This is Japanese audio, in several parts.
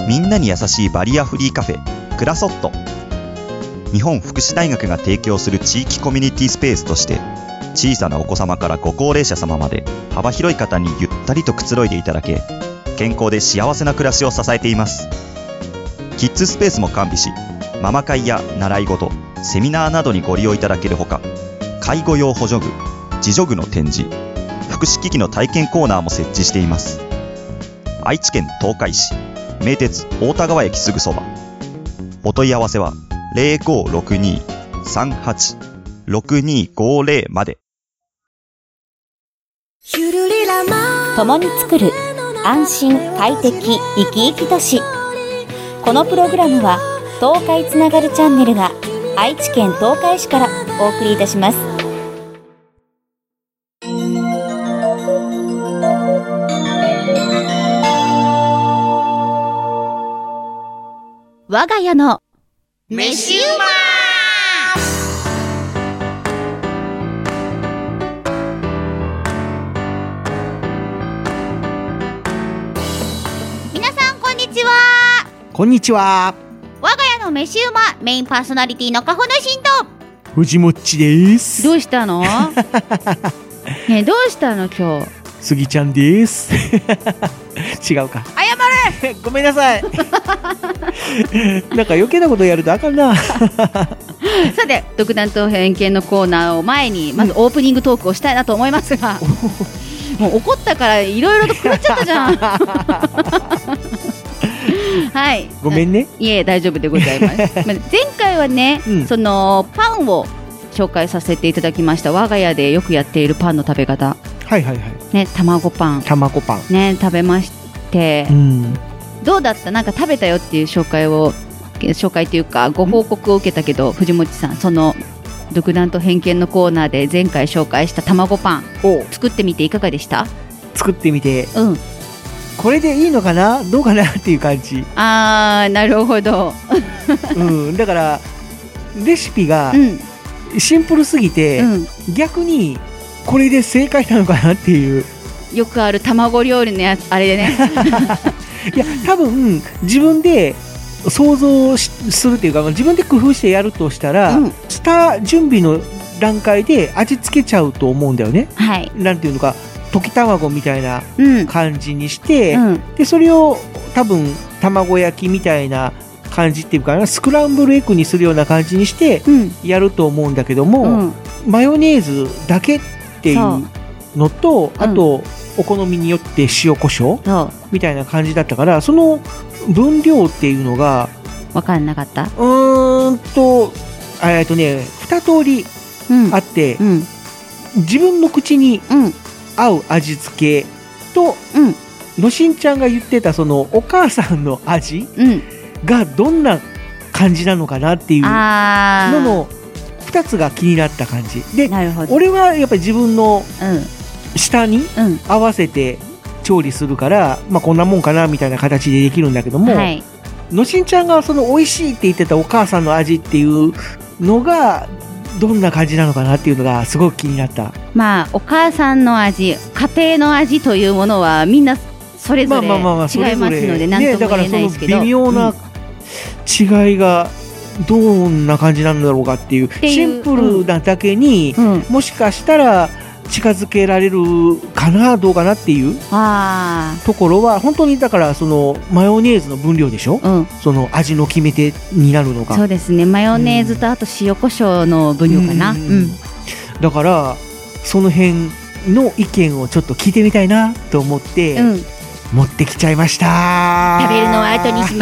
みんなに優しいバリアフリーカフェクラソット。日本福祉大学が提供する地域コミュニティスペースとして、小さなお子様からご高齢者様まで幅広い方にゆったりとくつろいでいただけ、健康で幸せな暮らしを支えています。キッズスペースも完備し、ママ会や習い事、セミナーなどにご利用いただけるほか、介護用補助具、自助具の展示、福祉機器の体験コーナーも設置しています。愛知県東海市名鉄大田川駅すぐそば。お問い合わせは 0562-38-6250 まで。 共に作る安心快適生き生き都市。このプログラムは東海つながるチャンネルが愛知県東海市からお送りいたします。我が家の飯うま皆さんこんにちは。 こんにちは。 我が家の飯うまメインパーソナリティのかほのしんと藤もっちです。 どうしたのねえ、どうしたの今日。 すぎちゃんです。違うか。 謝れごめんなさい。なんか余計なことやるとあかんな。 さて、独断と偏見のコーナーを前にまずオープニングトークをしたいなと思いますが、もう怒ったからいろいろと狂っちゃったじゃん。はい、 ごめんね。 いえ、大丈夫でございます。前回はね、そのパンを紹介させていただきました。我が家でよくやっているパンの食べ方、 はいはいはい、 ね、卵パンね、食べまして、どうだった？なんか食べたよっていう紹介というかご報告を受けたけど、藤本さん、その独断と偏見のコーナーで前回紹介した卵パンを作ってみていかがでした？ 作ってみて、これでいいのかなどうかなっていう感じ。 あー、なるほど。 だからレシピがシンプルすぎて、逆にこれで正解なのかなっていう。 よくある卵料理のやつ、あれでね。 いや、多分自分で想像するっていうか、自分で工夫してやるとしたら、下準備の段階で味付けちゃうと思うんだよね。 はい。 なんていうのか、溶き卵みたいな感じにして、でそれを多分卵焼きみたいな感じっていうか、スクランブルエッグにするような感じにしてやると思うんだけども、マヨネーズだけっていうのと、あとお好みによって塩コショウみたいな感じだったから、その分量っていうのが分かんなかった。 2通りあって、自分の口に合う味付けと、のしんちゃんが言ってたそのお母さんの味がどんな感じなのかなっていうのの2つが気になった感じで、俺はやっぱり自分の舌に合わせて調理するから、こんなもんかなみたいな形でできるんだけども、のしんちゃんがその美味しいって言ってたお母さんの味っていうのがどんな感じなのかなっていうのがすごく気になった。 お母さんの味、家庭の味というものはみんなそれぞれ違いますので、何とも言えないですけど、 微妙な違いがどんな感じなんだろうかっていう、シンプルなだけに、もしかしたら近づけられるかなどうかなっていうところは本当に、だからそのマヨネーズの分量でしょ、その味の決め手になるのが。 そうですね、マヨネーズとあと塩コショウの分量かな。 だからその辺の意見をちょっと聞いてみたいなと思って、持ってきちゃいました。 食べるのは後にします。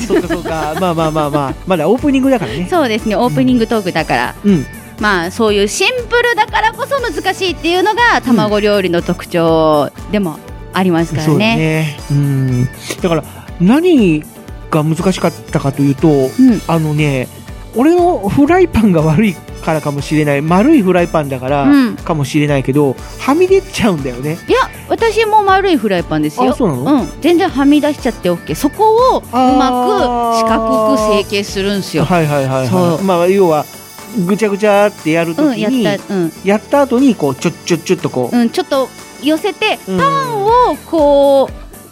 そうかまだオープニングだからね。 そうですね、オープニングトークだから、そういうシンプルだからこそ難しいっていうのが卵料理の特徴でもありますからね。 だから何が難しかったかというと、俺のフライパンが悪いからかもしれない、丸いフライパンだからかもしれないけど、はみ出ちゃうんだよね。 いや、私も丸いフライパンですよ。 そうなの？ 全然はみ出しちゃって OK。 そこをうまく四角く成形するんですよ。 要はぐちゃぐちゃってやるときに、やった後にこうちょっとこう、 ちょっと寄せて、パンをこう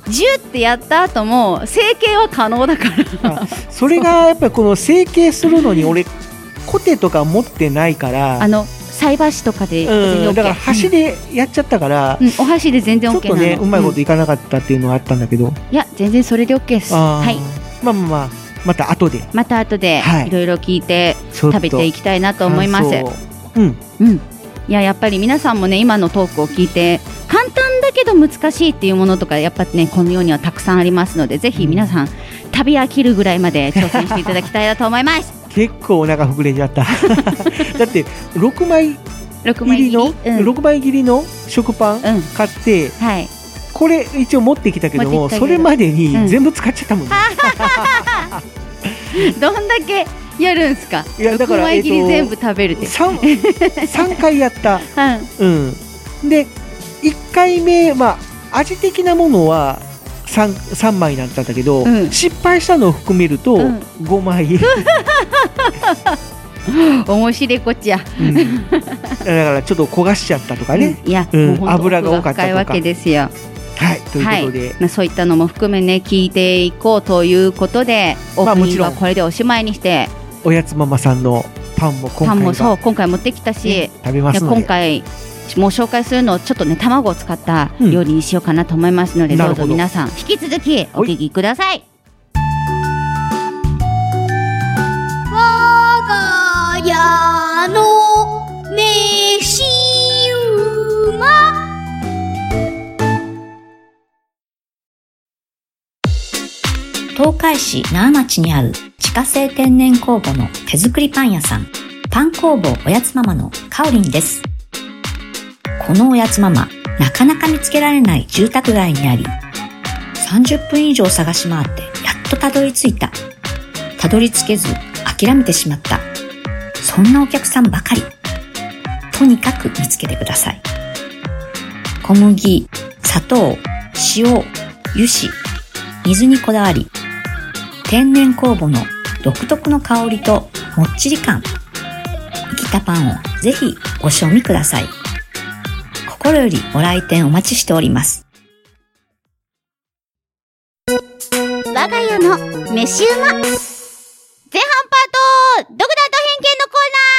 ジュってやった後も成形は可能だからそれがやっぱりこの成形するのに俺コテとか持ってないから菜箸とかで全然 OK、 だから箸でやっちゃったから、 お箸で全然 OK なの。 ちょっとねうまいこといかなかったっていうのはあったんだけど、 いや全然それで OK です。はい、 また後でいろいろ聞いて食べていきたいなと思います。いや、やっぱり皆さんもね今のトークを聞いて簡単だけど難しいっていうものとかやっぱねこの世にはたくさんありますので、ぜひ皆さん食べ飽きるぐらいまで挑戦していただきたいなと思います結構お腹膨れちゃっただって6枚切りの食パン買って、これ一応持ってきたけどもそれまでに全部使っちゃったもんね、 どんだけやるんすか。いやだから6枚切り全部食べるって 3回やった、で1回目味的なものは3枚だったんだけど、失敗したのを含めると5枚面白いこっちや、だからちょっと焦がしちゃったとかね、油が多かったとか深いわけですよ。 はい、ということで、 そういったのも含めね聞いていこうということで、オープニングはこれでおしまいにして、 おやつママさんのパンも今回持ってきたし、 食べますので、 今回もう紹介するのをちょっとね卵を使った料理にしようかなと思いますので、どうぞ皆さん引き続きお聞きください。 我が家の飯馬。 東海市那覇町にある自家製天然酵母の手作りパン屋さん、パン工房おやつママのかおりんです。このおやつママ、なかなか見つけられない住宅街にあり、30分以上探し回ってやっとたどり着いた。たどり着けず諦めてしまった。そんなお客さんばかり。とにかく見つけてください。小麦、砂糖、塩、油脂、水にこだわり、天然酵母の独特の香りともっちり感。生きたパンをぜひご賞味ください。心よりご来店お待ちしております。 我が家の飯馬。前半パート、独断と偏見のコ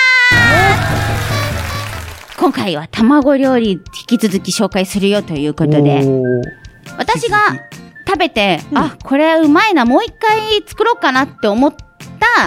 ーナー。 今回は卵料理引き続き紹介するよということで、私が食べて、これうまいな、もう一回作ろうかなって思った、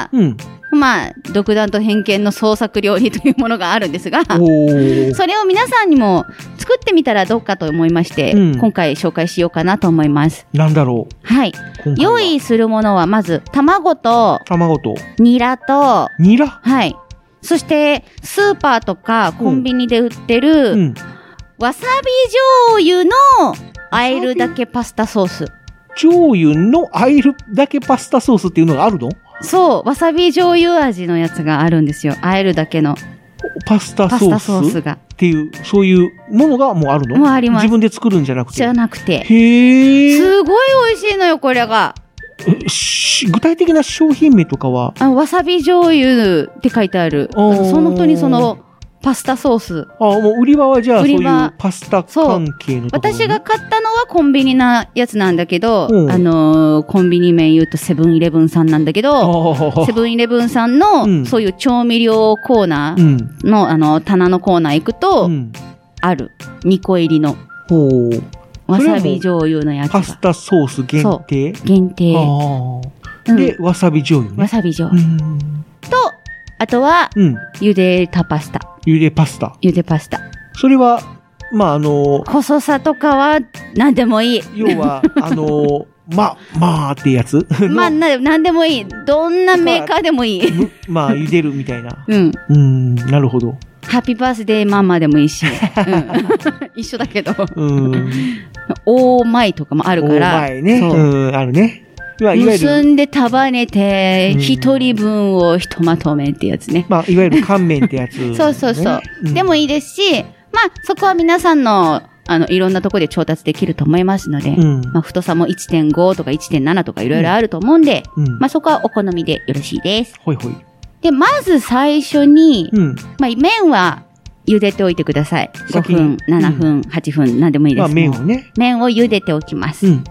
独断と偏見の創作料理というものがあるんですが、それを皆さんにも作ってみたらどうかと思いまして、今回紹介しようかなと思います。 なんだろう。 はい。用意するものはまず卵とニラとはい。そしてスーパーとかコンビニで売ってる、わさび醤油の和えるだけパスタソース。 醤油の和えるだけパスタソースっていうのがあるの？ そう、わさび醤油味のやつがあるんですよ。和えるだけのパスタソースがっていう、そういうものがもうあるの？ もうあります。 自分で作るんじゃなくて。 へー。 すごい美味しいのよ、これが。 具体的な商品名とかは？ わさび醤油って書いてある。その人にそのパスタソース。 もう売り場はじゃあそういうパスタ関係のところ、ね、 私が買ったのはコンビニなやつなんだけど、コンビニ名言うとセブンイレブンさんなんだけど、セブンイレブンさんのそういう調味料コーナーの、棚のコーナー行くと、ある。2個入りの。わさび醤油のやつが。 パスタソース限定？ 限定。 で、わさび醤油ね。 わさび醤油。と、あとは、ゆでパスタ。 ゆでパスタ。それは、 細さとかは、なんでもいい。 要は、ってやつなんでもいい。どんなメーカーでもいい。 茹でるみたいな。なるほど。 ハッピーバースデーママでもいいし。一緒だけど。オーマイとかもあるから。 オーマイね。あるね。 結んで束ねて、一人分をひとまとめってやつね。 いわゆる乾麺ってやつ。 そう。でもいいですし、そこは皆さんの、いろんなところで調達できると思いますので、太さも 1.5 とか 1.7 とかいろいろあると思うんで、そこはお好みでよろしいです。で、まず最初に、麺は茹でておいてください。5分、7分、8分、何でもいいです。 麺をね。 麺を茹でておきます。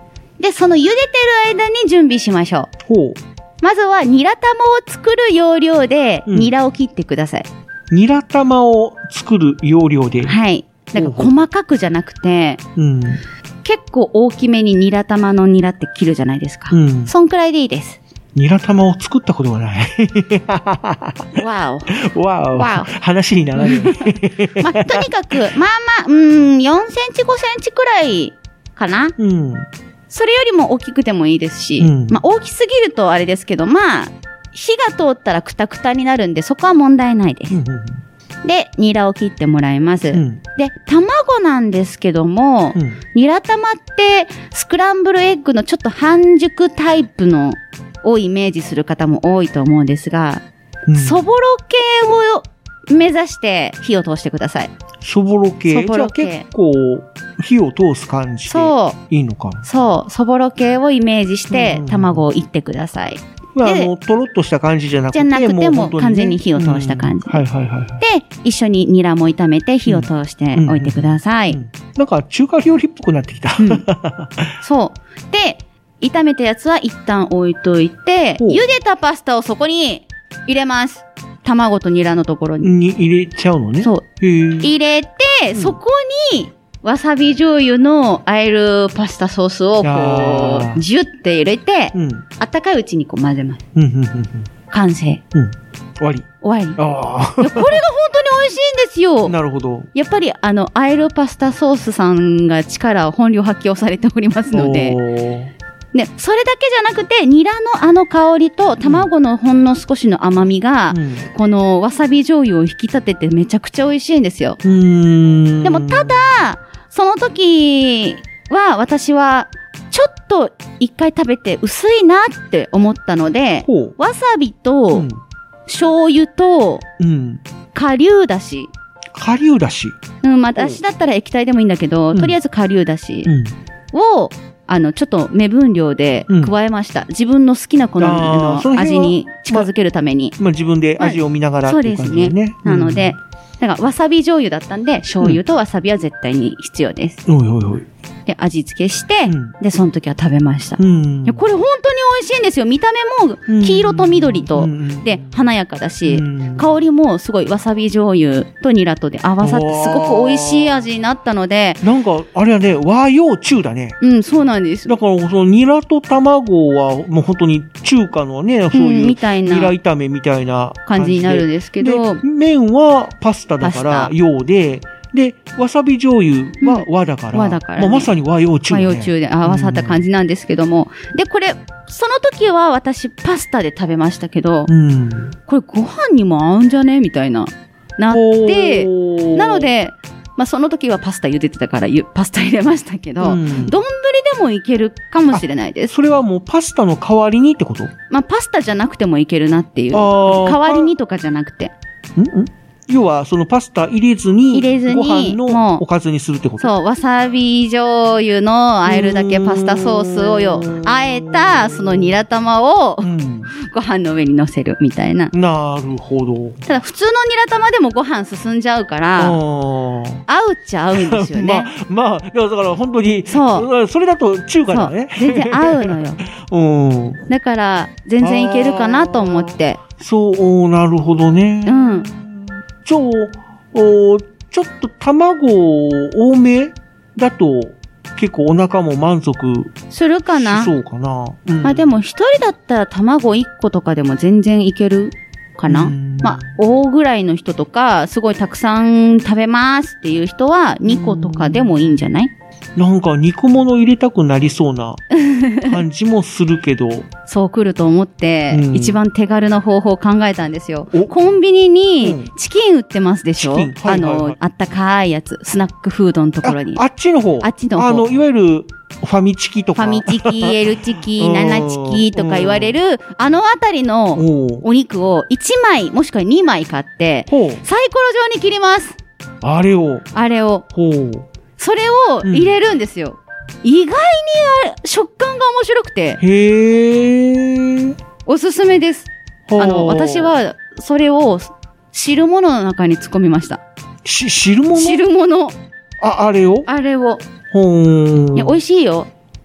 で、その茹でてる間に準備しましょう。 ほう。 まずは、ニラ玉を作る要領で、ニラを切ってください。 ニラ玉を作る要領で。 はい。だから細かくじゃなくて、結構大きめにニラ玉のニラって切るじゃないですか。そんくらいでいいです。 ニラ玉を作ったことがない。 わお。わお。話にならない。 とにかく、まあまあ、4センチ5センチくらいかな。それよりも大きくてもいいですし、まあ大きすぎるとあれですけど、まあ、火が通ったらクタクタになるんで、そこは問題ないです。で、ニラを切ってもらいます。で、卵なんですけども、ニラ玉ってスクランブルエッグのちょっと半熟タイプのをイメージする方も多いと思うんですが、そぼろ系を目指して火を通してください。 そぼろ系？じゃあ結構火を通す感じでいいのかな？ そう、そぼろ系をイメージして卵をいってください。 とろっとした感じじゃなくて、 もう完全に火を通した感じ。で、一緒にニラも炒めて火を通しておいてください。 なんか中華料理っぽくなってきた。 そう。で、炒めたやつは一旦置いといて、茹でたパスタをそこに入れます。卵とニラのところに。 入れちゃうのね。 そう。入れて、そこに、わさび醤油の和えるパスタソースをこう、ジュッて入れて、あったかいうちにこう混ぜます。完成。 終わり。 終わり。これが本当に美味しいんですよ。 なるほど。 やっぱり和えるパスタソースさんが本領発揮をされておりますので。ね、それだけじゃなくて、ニラの香りと卵のほんの少しの甘みが、このわさび醤油を引き立ててめちゃくちゃ美味しいんですよ。でもただ、その時は私はちょっと一回食べて薄いなって思ったので、わさびと醤油と顆粒だし。 顆粒だし？ まあ、だしだったら液体でもいいんだけど、とりあえず顆粒だしを、ちょっと目分量で加えました。自分の好きな好みの味に近づけるために。 まあ自分で味を見ながらっていう感じでね。そうですね。 なので、だからわさび醤油だったんで、醤油とわさびは絶対に必要です。で、味付けして、で、その時は食べました。これ本当に美味しいんですよ。見た目も黄色と緑と、で、華やかだし、香りもすごいわさび醤油とニラとで合わさってすごく美味しい味になったので。 なんか、あれはね、和洋中だね。 そうなんです。 だから、そのニラと卵はもう本当に中華のね、そういうニラ炒めみたいな感じになるんですけど。 麺はパスタだから洋で、で、わさび醤油は和だから、ね、まさに和洋中、ね、 和洋中で合わさった感じなんですけども、で、これ、その時は私パスタで食べましたけど、これご飯にも合うんじゃねみたいな、なって、なので、まあその時はパスタ茹でてたからパスタ入れましたけど、丼でもいけるかもしれないです。 それはもうパスタの代わりにってこと？ まあパスタじゃなくてもいけるなっていう。代わりにとかじゃなくて。 要は、そのパスタ入れずに、ご飯のおかずにするってこと？ そう、わさび醤油の和えるだけパスタソースをあえた、そのニラ玉を、ご飯の上に乗せるみたいな。 なるほど。 ただ、普通のニラ玉でもご飯進んじゃうから、合うっちゃ合うんですよね。 まあ、だから本当に、それだと中華だね。 全然合うのよ。だから、全然いけるかなと思って。 そう、なるほどね。ちょっと卵多めだと結構お腹も満足するかな。 そうかな。 まあでも一人だったら卵1個とかでも全然いけるかな。まあ大ぐらいの人とかすごいたくさん食べますっていう人は2個とかでもいいんじゃない？ なんか肉物入れたくなりそうな感じもするけど。 そう来ると思って、一番手軽な方法を考えたんですよ。コンビニにチキン売ってますでしょ？あったかいやつ。スナックフードのところに。 あっちの方。 あっちの方。 いわゆるファミチキとか。 ファミチキ、L チキ、7チキとか言われる、あのあたりのお肉を1枚もしくは2枚買って、サイコロ状に切ります。 あれを。 それを入れるんですよ。意外に食感が面白くて。おすすめです。私はそれを汁物の中に突っ込みました。 汁物？ 汁物。 あれを？ いや、美味しいよ。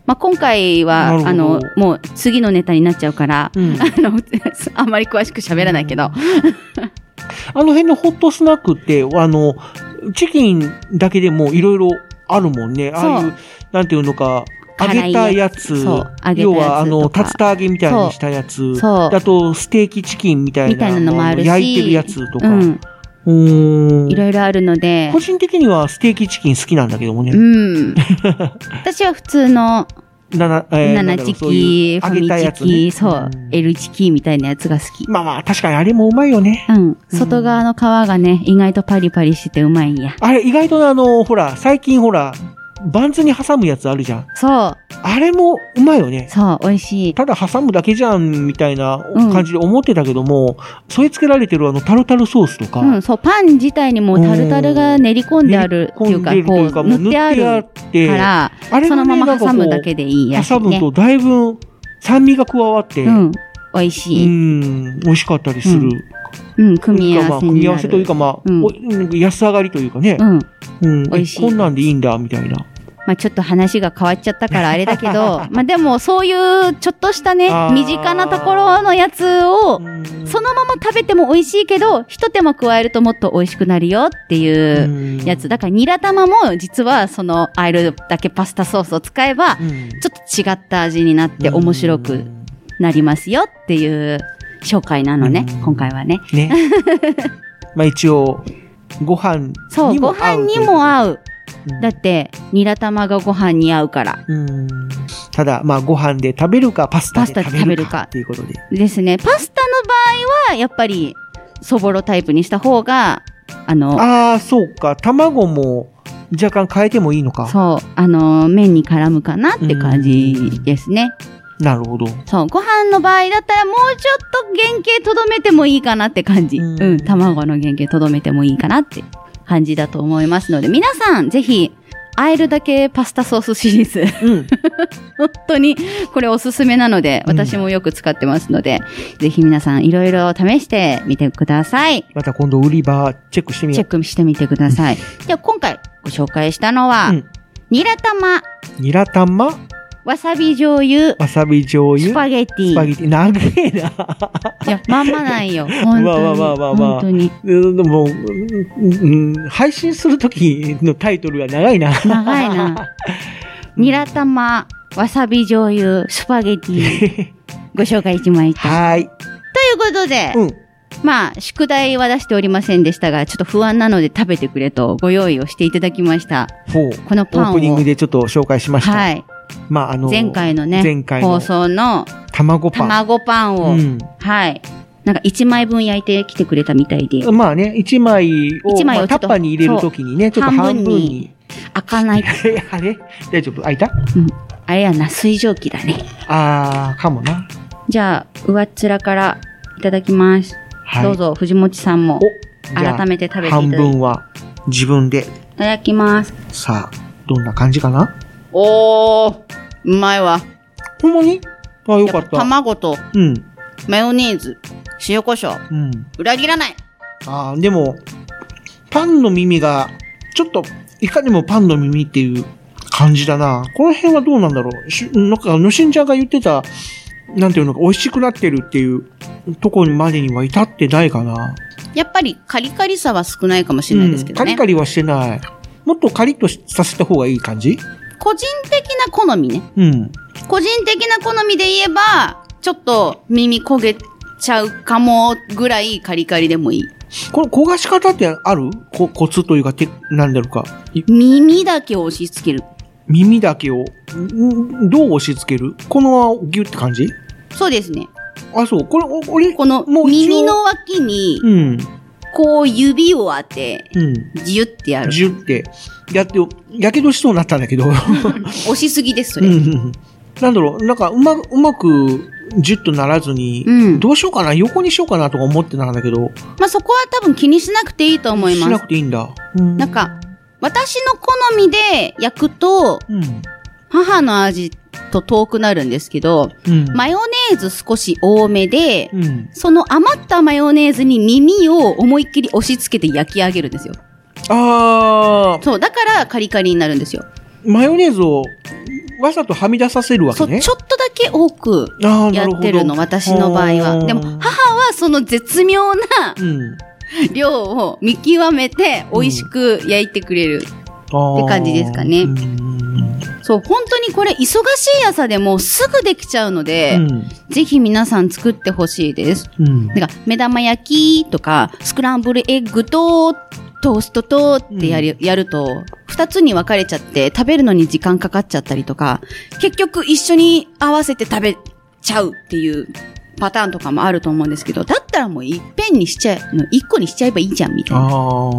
まあ、今回は、もう次のネタになっちゃうから、あんまり詳しく喋らないけど。あの辺のホットスナックって、チキンだけでもいろいろあるもんね。ああいう、なんていうのか、揚げたやつ。要は、竜田揚げみたいにしたやつ。あと、ステーキチキンみたいなのもあるし。焼いてるやつとか。 いろいろあるので。 個人的にはステーキチキン好きなんだけどもね。 私は普通の、7チキ、ファミチキ、そう、L チキみたいなやつが好き。 まあまあ、確かにあれもうまいよね。 外側の皮がね、意外とパリパリしててうまいんや。 あれ、意外とほら、最近ほら、バンズに挟むやつあるじゃん。 そう。 あれもうまいよね。 そう、美味しい。 ただ挟むだけじゃん、みたいな感じで思ってたけども、添え付けられてるタルタルソースとか。 そう、パン自体にもタルタルが練り込んであるっていうか、こう、塗ってあるから、そのまま挟むだけでいいやつね。 挟むとだいぶ酸味が加わって、 美味しい。 美味しかったりする。 組み合わせになる。 組み合わせというか、まあ、安上がりというかね。美味しい。こんなんでいいんだ、みたいな。 まあちょっと話が変わっちゃったからあれだけど、まあでもそういうちょっとしたね、身近なところのやつを、そのまま食べても美味しいけど、一手間加えるともっと美味しくなるよっていうやつ。だからニラ玉も実はそのあえるだけパスタソースを使えば、ちょっと違った味になって面白くなりますよっていう紹介なのね、今回はね。ね。 まあ一応、ご飯にも合う。 そう、ご飯にも合う。だって、ニラ玉がご飯に合うから。 ただ、まあ、ご飯で食べるか、パスタで食べるかっていうことで。 ですね。パスタの場合は、やっぱり、そぼろタイプにした方が、 そうか。卵も若干変えてもいいのか。 そう。麺に絡むかなって感じですね。 なるほど。 そう。ご飯の場合だったらもうちょっと原型とどめてもいいかなって感じ。卵の原型とどめてもいいかなって感じだと思いますので、皆さんぜひ、あえるだけパスタソースシリーズ。本当にこれおすすめなので、私もよく使ってますので、ぜひ皆さんいろいろ試してみてください。 また今度売り場チェックしてみよう。 チェックしてみてください。では今回ご紹介したのは、ニラ玉。 ニラ玉わさび醤油。 わさび醤油。 スパゲティ。 スパゲティ。長えな。 いや、まんまないよ。本当に。 まあ。 本当に。 でも、配信するときのタイトルが長いな。 長いな。ニラ玉、わさび醤油、スパゲティ。ご紹介しました。 はい。ということで、まあ、宿題は出しておりませんでしたが、ちょっと不安なので食べてくれとご用意をしていただきました。このパンを。 オープニングでちょっと紹介しました。はい。まあ前回のね、放送の卵パンを、はい。なんか1枚分焼いてきてくれたみたいで。 まあね、1枚をタッパーに入れるときにね、ちょっと半分に。 開かない。 あれ大丈夫開いた？ あれやな、水蒸気だね。 かもな。 じゃあ、上っ面からいただきます。どうぞ、藤本さんも、改めて食べていただいて。 半分は自分で。いただきます。 さあ、どんな感じかな？ うまいわ。 ほんまに？よかった。 卵と、マヨネーズ、塩コショウ。裏切らない。 でも、パンの耳が、ちょっと、いかにもパンの耳っていう感じだな。この辺はどうなんだろう。なんか、のしんちゃんが言ってた、なんていうのか、美味しくなってるっていうところまでには至ってないかな。 やっぱり、カリカリさは少ないかもしれないですけどね。 カリカリはしてない。もっとカリッとさせた方がいい感じ？ 個人的な好みね。個人的な好みで言えば、ちょっと耳焦げちゃうかもぐらいカリカリでもいい。 この焦がし方ってある？コツというか、なんだろうか。 耳だけを押し付ける。 耳だけを、どう押し付ける？このギュって感じ？ そうですね。 そう。この耳の脇に、こう指を当て、ジュってやる。 ジュってやって、やけどしそうになったんだけど。 押しすぎです、それ。 なんだろう、なんかうまく、ジュッとならずに、どうしようかな、横にしようかなとか思ってたんだけど。 まあ、そこは多分気にしなくていいと思います。 しなくていいんだ。 なんか、私の好みで焼くと、母の味と遠くなるんですけど、マヨネーズ少し多めで、その余ったマヨネーズに耳を思いっきり押し付けて焼き上げるんですよ。そう、だからカリカリになるんですよ。 マヨネーズをわざとはみ出させるわけね。 ちょっとだけ多くやってるの、私の場合は。でも、母はその絶妙な量を見極めて、美味しく焼いてくれるって感じですかね。そう、本当にこれ、忙しい朝でもすぐできちゃうので、ぜひ皆さん作ってほしいです。だから、目玉焼きとか、スクランブルエッグと、トーストとってやると、二つに分かれちゃって、食べるのに時間かかっちゃったりとか、結局一緒に合わせて食べちゃうっていうパターンとかもあると思うんですけど、だったらもう一個にしちゃえばいいじゃん、みたいな。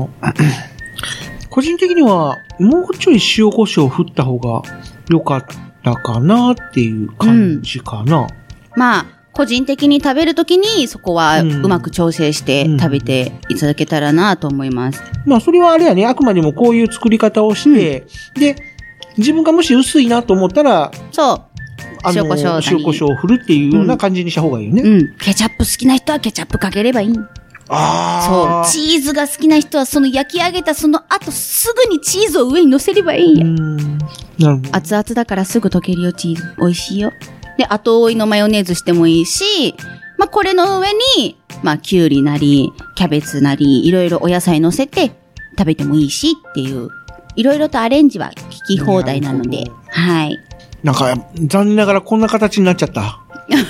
個人的には、もうちょい塩コショウ振った方が良かったかなっていう感じかな。 まあ、個人的に食べるときにそこはうまく調整して食べていただけたらなと思います。 まあそれはあれやね、あくまでもこういう作り方をして、で、自分がもし薄いなと思ったら、 そう。塩コショウを振るっていうような感じにした方がいいよね。 ケチャップ好きな人はケチャップかければいい。そう。チーズが好きな人はその焼き上げたその後すぐにチーズを上に乗せればいいや。 なるほど。 熱々だからすぐ溶けるよ、チーズ。美味しいよ。で、後追いのマヨネーズしてもいいし、まあ、これの上に、まあ、きゅうりなり、キャベツなり、いろいろお野菜乗せて食べてもいいしっていう、いろいろとアレンジは聞き放題なので、はい。 なんか、残念ながらこんな形になっちゃった。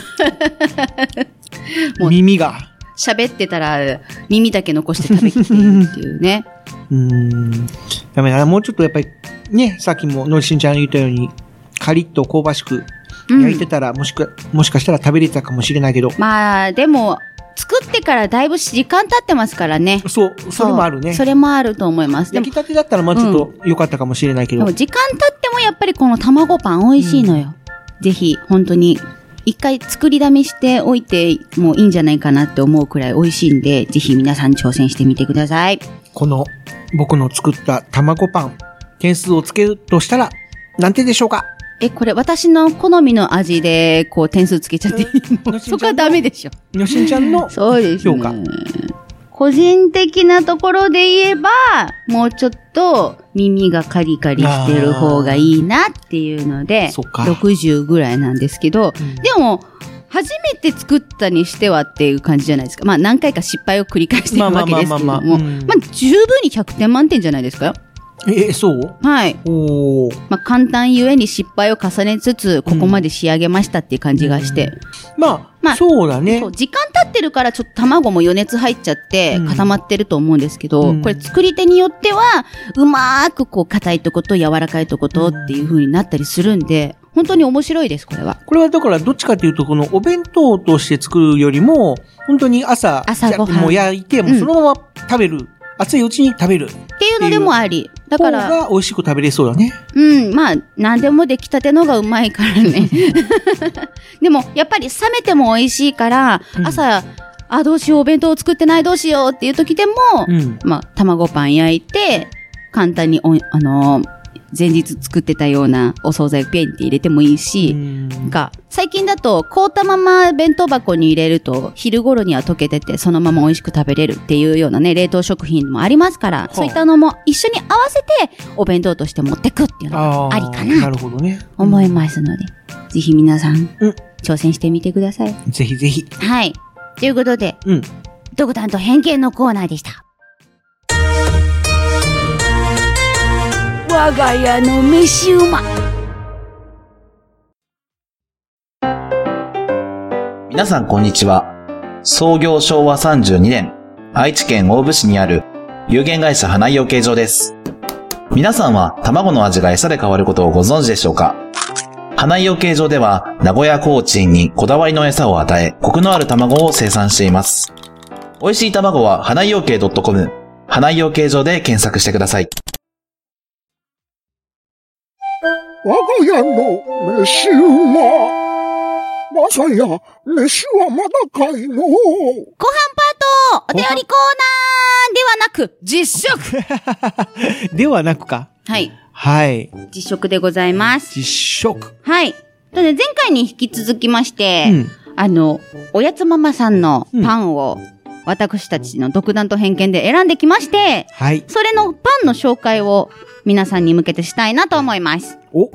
耳が。 喋ってたら、耳だけ残して食べきっているっていうね。 ダメだな。もうちょっとやっぱり、ね、さっきものりしんちゃん言ったように、カリッと香ばしく、焼いてたら、もしかしたら食べれてたかもしれないけど。 まあ、でも、作ってからだいぶ時間経ってますからね。 そう、それもあるね。 それもあると思います。 焼きたてだったら、まあちょっと良かったかもしれないけど。 でも時間経ってもやっぱりこの卵パン美味しいのよ。ぜひ、本当に、一回作りだめしておいてもいいんじゃないかなって思うくらい美味しいんで、ぜひ皆さん挑戦してみてください。 この、僕の作った卵パン、点数をつけるとしたら、何点でしょうか？ これ私の好みの味で、こう点数つけちゃっていいの？そこはダメでしょ。 よしんちゃんのそうです評価。 個人的なところで言えば、もうちょっと耳がカリカリしてる方がいいなっていうので、60ぐらいなんですけど、でも、初めて作ったにしてはっていう感じじゃないですか。まあ何回か失敗を繰り返しているわけですけども、まあ十分に100点満点じゃないですかよ。 そうはい。まあ、簡単ゆえに失敗を重ねつつ、ここまで仕上げましたっていう感じがして。 まあ、そうだね。 時間経ってるからちょっと卵も余熱入っちゃって固まってると思うんですけど、これ作り手によっては、うまーくこう硬いとこと柔らかいとことっていう風になったりするんで、本当に面白いです、これは。 これはだからどっちかというと、このお弁当として作るよりも、本当に朝ご飯も焼いて、もうそのまま食べる。熱いうちに食べる。 っていうのでもあり。だから。 方が美味しく食べれそうだね。 まあ、何でも出来たてのがうまいからね。でも、やっぱり冷めても美味しいから、朝、どうしよう、お弁当を作ってない、どうしようっていう時でも、まあ、卵パン焼いて、簡単に前日作ってたようなお惣菜ペンって入れてもいいし、最近だと凍ったまま弁当箱に入れると昼頃には溶けててそのまま美味しく食べれるっていうようなね、冷凍食品もありますから、そういったのも一緒に合わせてお弁当として持ってくっていうのがありかなと思いますので、ぜひ皆さん挑戦してみてください。 ぜひぜひ。 はい。ということで、独断と偏見のコーナーでした。我が家の飯うま。 皆さんこんにちは。創業昭和32年、愛知県大府市にある有限会社花井養鶏場です。皆さんは卵の味が餌で変わることをご存知でしょうか？花井養鶏場では名古屋コーチンにこだわりの餌を与え、コクのある卵を生産しています。美味しい卵は花井養鶏 .com、花井養鶏場で検索してください。 我が家の飯うま。我が家、飯はまだかいの。後半パート、お便りコーナーではなく、実食ではなくか。 はい。 はい。 実食でございます。 実食。 はい。前回に引き続きまして、おやつママさんのパンを、私たちの独断と偏見で選んできまして、 はい。 それのパンの紹介を皆さんに向けてしたいなと思います。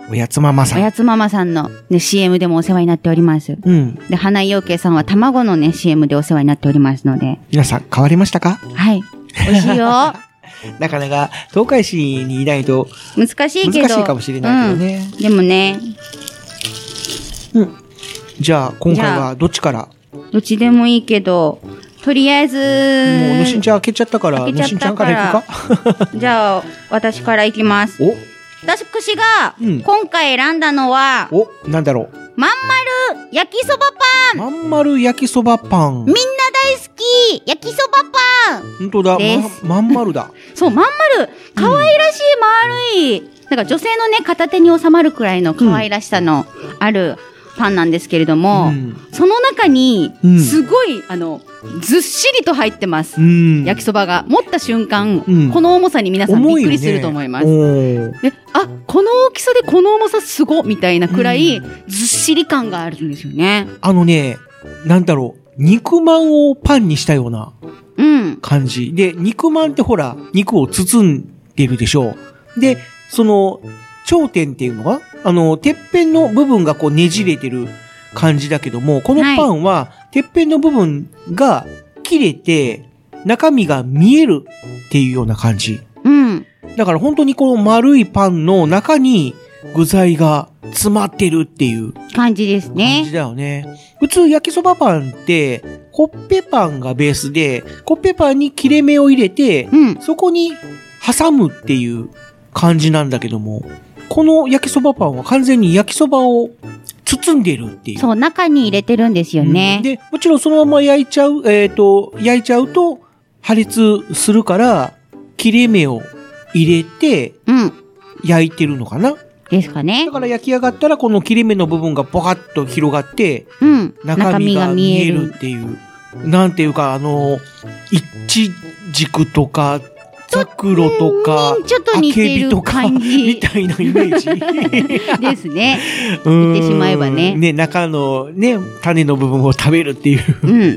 おやつママさん。 おやつママさんのね、CM でもお世話になっております。 うん。 で、花井陽慶さんは卵のね、CM でお世話になっておりますので。 皆さん、変わりましたか？ はい。美味しいよ。 なかなか、東海市にいないと、 難しいけど。 難しいかもしれないけどね。 でもね。 うん。じゃあ、今回はどっちから？ どっちでもいいけど、とりあえず、 もう、のしんちゃん開けちゃったから、のしんちゃんから行くか？ じゃあ、私から行きます。 お、 私が、今回選んだのは、 なんだろう。 まんまる焼きそばパン。 まんまる焼きそばパン。 みんな大好き焼きそばパン。 本当だ。まん丸だ。 そう、まん丸。可愛らしい丸い。なんか女性のね、片手に収まるくらいの可愛らしさのあるパンなんですけれども、その中に、すごい、ずっしりと入ってます。焼きそばが。持った瞬間、この重さに皆さんびっくりすると思います。で、あ、この大きさでこの重さすごみたいなくらい、ずっしり感があるんですよね。 なんだろう、肉まんをパンにしたような感じ。で、肉まんってほら、肉を包んでるでしょう。で、その、頂点っていうのが、てっぺんの部分がこうねじれてる感じだけども、このパンは、てっぺんの部分が切れて、中身が見えるっていうような感じ。だから本当にこの丸いパンの中に具材が詰まってるっていう感じですね。 感じだよね。普通焼きそばパンって、コッペパンがベースで、コッペパンに切れ目を入れて、そこに挟むっていう感じなんだけども、この焼きそばパンは完全に焼きそばを包んでるっていう。 そう、中に入れてるんですよね。 で、もちろんそのまま焼いちゃうと破裂するから、切れ目を入れて、焼いてるのかな？ ですかね。 だから焼き上がったらこの切れ目の部分がポカッと広がって、中身が見えるっていう。なんていうか、一軸とか、ザクロとか、 ちょっと似てる感じみたいなイメージですね。言ってしまえばね。 ね、中のね、種の部分を食べるっていう。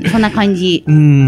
そんな感じ。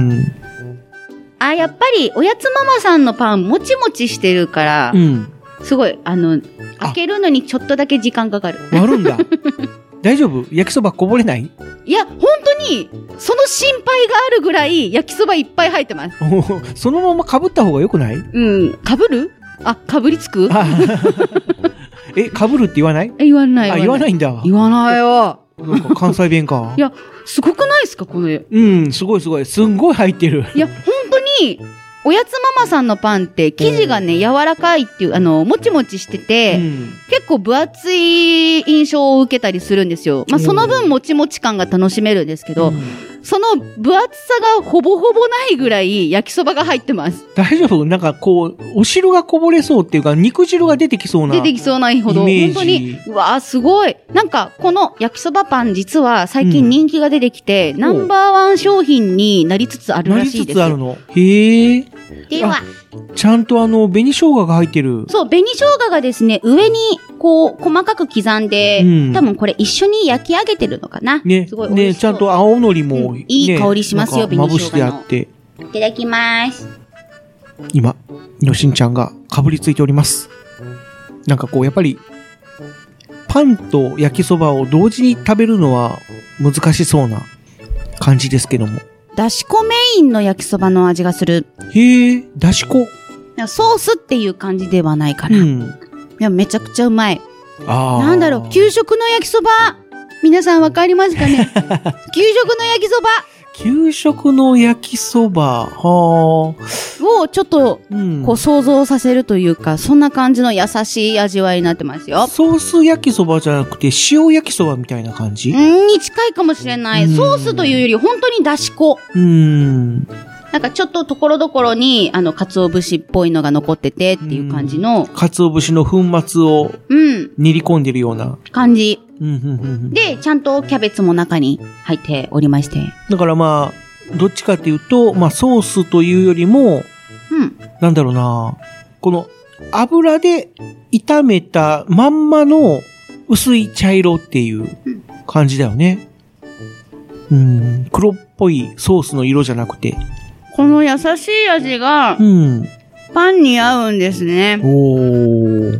やっぱり、おやつママさんのパン、もちもちしてるから、すごい、開けるのにちょっとだけ時間かかる。 割るんだ。大丈夫？焼きそばこぼれない？ いや、本当に、その心配があるぐらい、焼きそばいっぱい入ってます。 そのまま被った方が良くない？ 被る？被りつく？ 被るって言わない？ 言わない。 言わないんだ。 言わないよ。 なんか関西弁か。 いや、すごくないですかこれ。 すごいすごい。すんごい入ってる。 いや、本当に、おやつママさんのパンって生地がね、柔らかいっていう、もちもちしてて、結構分厚い印象を受けたりするんですよ。まあ、その分もちもち感が楽しめるんですけど、その分厚さがほぼほぼないぐらい焼きそばが入ってます。 大丈夫？なんかこう、お汁がこぼれそうっていうか、肉汁が出てきそうな。 出てきそうなほど。本当に、うわーすごい。なんか、この焼きそばパン実は最近人気が出てきて、ナンバーワン商品になりつつあるらしいです。 なりつつあるの。へー。 では、 ちゃんと紅生姜が入ってる。 そう、紅生姜がですね、上にこう、細かく刻んで、多分これ一緒に焼き上げてるのかな。 ね。 すごい美味しそう。 ね、ちゃんと青のりも、 いい香りしますよ、紅生姜の。 まぶしてあって。 いただきます。 今、のしんちゃんがかぶりついております。なんかこう、やっぱり、パンと焼きそばを同時に食べるのは難しそうな感じですけども。 だし粉メインの焼きそばの味がする。 へえ、だし粉。 ソースっていう感じではないかな。いや、めちゃくちゃうまい。なんだろう、給食の焼きそば。皆さんわかりますかね？給食の焼きそば。 給食の焼きそば。をちょっと、こう想像させるというか、そんな感じの優しい味わいになってますよ。 ソース焼きそばじゃなくて、塩焼きそばみたいな感じ？ に近いかもしれない。ソースというより、本当にだし粉。なんかちょっとところどころに、鰹節っぽいのが残っててっていう感じの。 鰹節の粉末を、練り込んでるような。 感じ。で、ちゃんとキャベツも中に入っておりまして。 だからまあ、どっちかっていうと、まあソースというよりも、なんだろうな、この油で炒めたまんまの薄い茶色っていう感じだよね。黒っぽいソースの色じゃなくて。 この優しい味が、パンに合うんですね。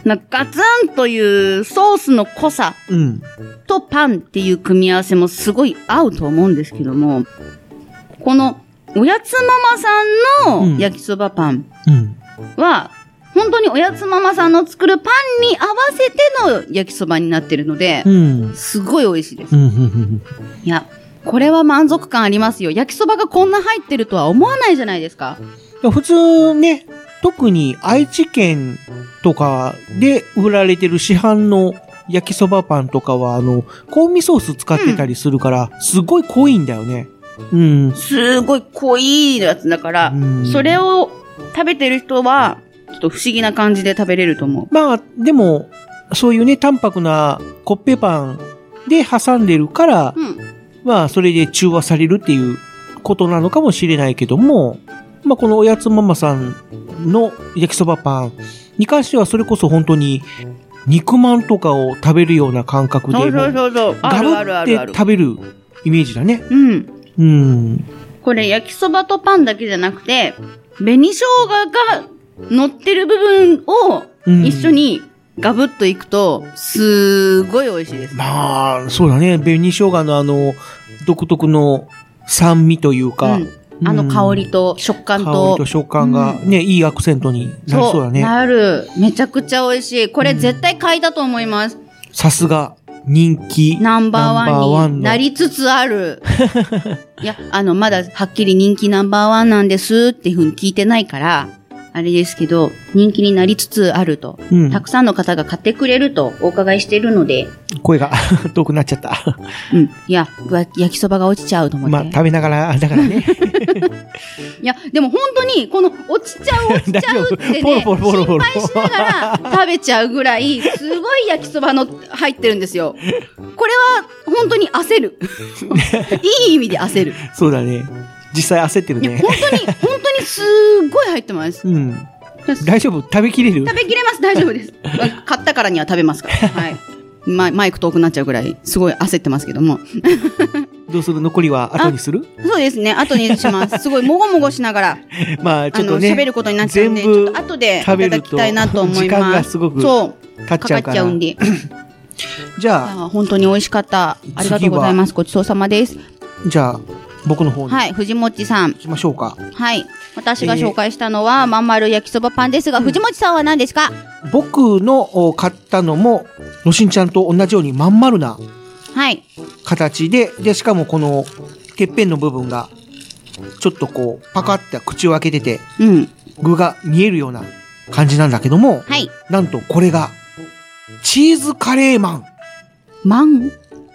ガツンというソースの濃さとパンっていう組み合わせもすごい合うと思うんですけども、このおやつママさんの焼きそばパンは、本当におやつママさんの作るパンに合わせての焼きそばになってるので、すごい美味しいです。いや、これは満足感ありますよ。焼きそばがこんな入ってるとは思わないじゃないですか。 普通ね、特に愛知県とかで売られてる市販の焼きそばパンとかは、香味ソース使ってたりするから、すごい濃いんだよね。 すごい濃いやつだから、それを食べてる人は、ちょっと不思議な感じで食べれると思う。 まあ、でも、そういうね、淡白なコッペパンで挟んでるから、まあ、それで中和されるっていうことなのかもしれないけども、まあ、このおやつママさんの焼きそばパンに関しては、それこそ本当に肉まんとかを食べるような感覚で、ガブって食べるイメージだね。これ焼きそばとパンだけじゃなくて、紅生姜が乗ってる部分を一緒にガブッといくと、すごい美味しいです。まあ、そうだね。紅生姜の独特の酸味というか、 香りと食感と。 香りと食感がね、いいアクセントになりそうだね。 なる。めちゃくちゃ美味しい。これ絶対買いだと思います。 さすが。人気ナンバーワンになりつつある。いや、まだはっきり人気ナンバーワンなんですっていう風に聞いてないから、あれですけど、人気になりつつあると、たくさんの方が買ってくれるとお伺いしているので。 声が遠くなっちゃった。 いや、焼きそばが落ちちゃうと思って。 まあ、食べながら、だからね。 いや、でも本当に、この落ちちゃうってね、心配しながら食べちゃうぐらい、すごい焼きそばの入ってるんですよ。これは本当に焦る。いい意味で焦る。 そうだね。実際焦ってるね。 本当にすごい入ってます。 大丈夫？食べきれる？ 食べきれます。大丈夫です。買ったからには食べますから。はい。マイク遠くなっちゃうぐらい、すごい焦ってますけども。 どうする？残りは後にする？ そうですね。後にします。すごいもごもごしながら、 まあちょっとね、 喋ることになっちゃうんで、ちょっと後でいただきたいなと思います。 時間がすごく経っちゃうから。 かかっちゃうんで。 じゃあ本当に美味しかった。ありがとうございます。ごちそうさまです。 じゃあ僕の方に。 はい、藤もちさん。 行きましょうか。 はい。私が紹介したのは、まん丸焼きそばパンですが、藤もちさんは何ですか？ 僕の買ったのも、のしんちゃんと同じようにまん丸な形で、で、しかもこの、てっぺんの部分が、ちょっとこう、パカッて口を開けてて、具が見えるような感じなんだけども、なんとこれが、チーズカレーマン。 マン？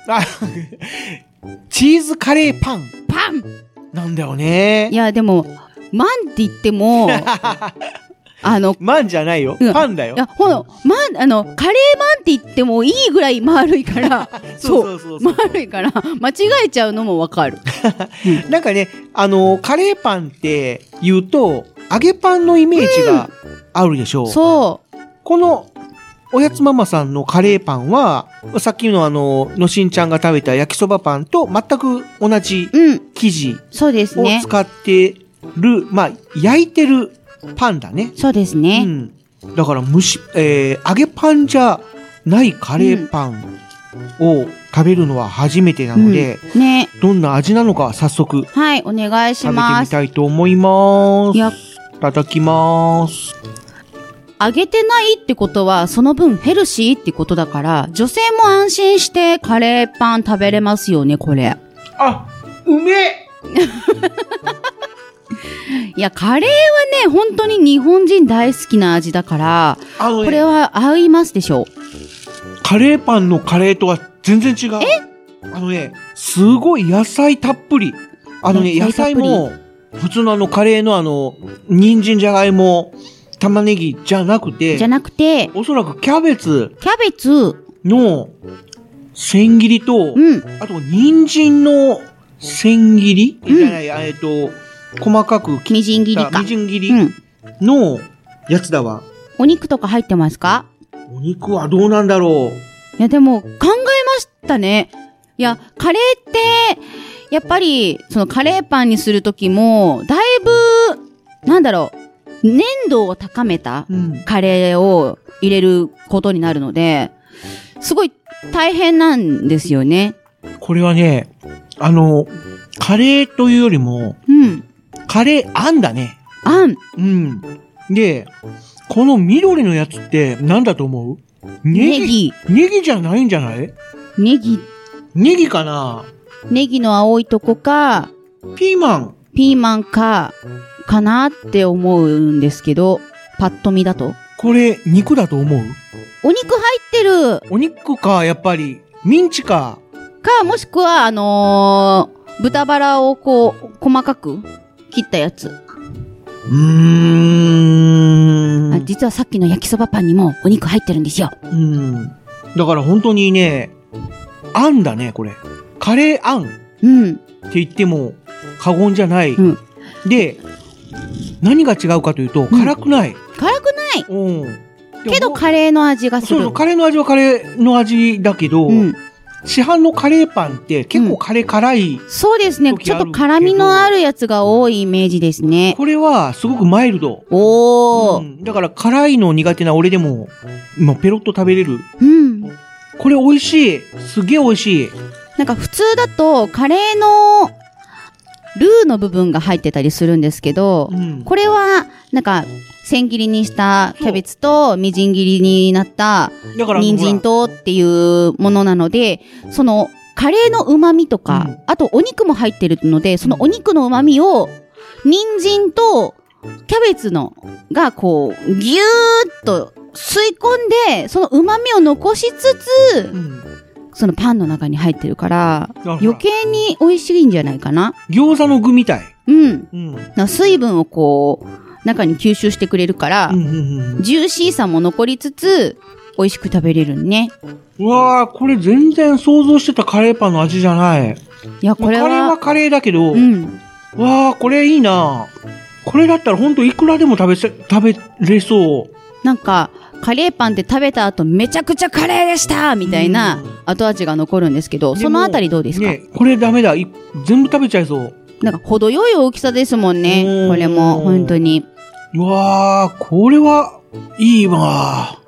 チーズカレーパン。 パンなんだよね。 いや、でも、マンって言っても、 マンじゃないよ。パンだよ。 いや、カレーマンって言ってもいいぐらい丸いから、そう。丸いから、間違えちゃうのもわかる。 なんかね、カレーパンって言うと、揚げパンのイメージがあるでしょう。 そう。 この、おやつママさんのカレーパンは、さっきののしんちゃんが食べた焼きそばパンと全く同じ生地そうですね。 を使ってる、まあ、焼いてるパンだね。 そうですね。 だから揚げパンじゃないカレーパンを食べるのは初めてなので、どんな味なのか早速、 はい、お願いします。 食べてみたいと思います。いただきます。 揚げてないってことは、その分ヘルシーってことだから、女性も安心してカレーパン食べれますよね、これ。 あ、うめえいや、カレーはね、本当に日本人大好きな味だから、これは合いますでしょう。 カレーパンのカレーとは全然違う。すごい野菜たっぷり。野菜も、普通のカレーの人参じゃがいも、玉ねぎじゃなくて、おそらくキャベツの千切りと、あと人参の千切り、じゃない、細かくみじん切りか。 みじん切りのやつだわ。 お肉とか入ってますか？ お肉はどうなんだろう。いや、でも考えましたね。いや、カレーって、やっぱり、そのカレーパンにするときも、だいぶ、なんだろう、 粘度を高めたカレーを入れることになるので、すごい大変なんですよね。 これはね、カレーというよりも、カレーあんだね。 あん。 で、この緑のやつって何だと思う？ネギじゃないんじゃない？ネギかな？ ネギの青いとこか、 ピーマンかなって思うんですけど、パッと見だと。 これ、肉だと思う？ お肉入ってる。 お肉か、やっぱり、ミンチか。 もしくは、豚バラをこう、細かく切ったやつ。実はさっきの焼きそばパンにもお肉入ってるんですよ。 だから本当にね、あんだね、これ。カレーあん。って言っても過言じゃない。で、何が違うかというと、辛くない。けどカレーの味がする。 そう、カレーの味はカレーの味だけど、市販のカレーパンって結構辛い。 そうですね。ちょっと辛みのあるやつが多いイメージですね。 これはすごくマイルド。だから辛いの苦手な俺でも、ペロッと食べれる。これ美味しい。すげえ美味しい。 なんか普通だとカレーのルーの部分が入ってたりするんですけど、これはなんか千切りにしたキャベツとみじん切りになった人参とっていうものなので、そのカレーの旨味とか、あとお肉も入ってるので、そのお肉の旨味を人参とキャベツのがこうギューッと吸い込んで、その旨味を残しつつ、そのパンの中に入ってるから、余計に美味しいんじゃないかな。 餃子の具みたい。 水分をこう、中に吸収してくれるから、ジューシーさも残りつつ、美味しく食べれるね。 うわー、これ全然想像してたカレーパンの味じゃない。 いや、これは。 カレーはカレーだけど、わー、これいいな。これだったらほんといくらでも食べれそう。 なんか、カレーパンって食べた後めちゃくちゃカレーでしたみたいな後味が残るんですけど、そのあたりどうですか？ これダメだ。全部食べちゃいそう。 なんか程よい大きさですもんね。これも本当に。 うわー、これはいいわ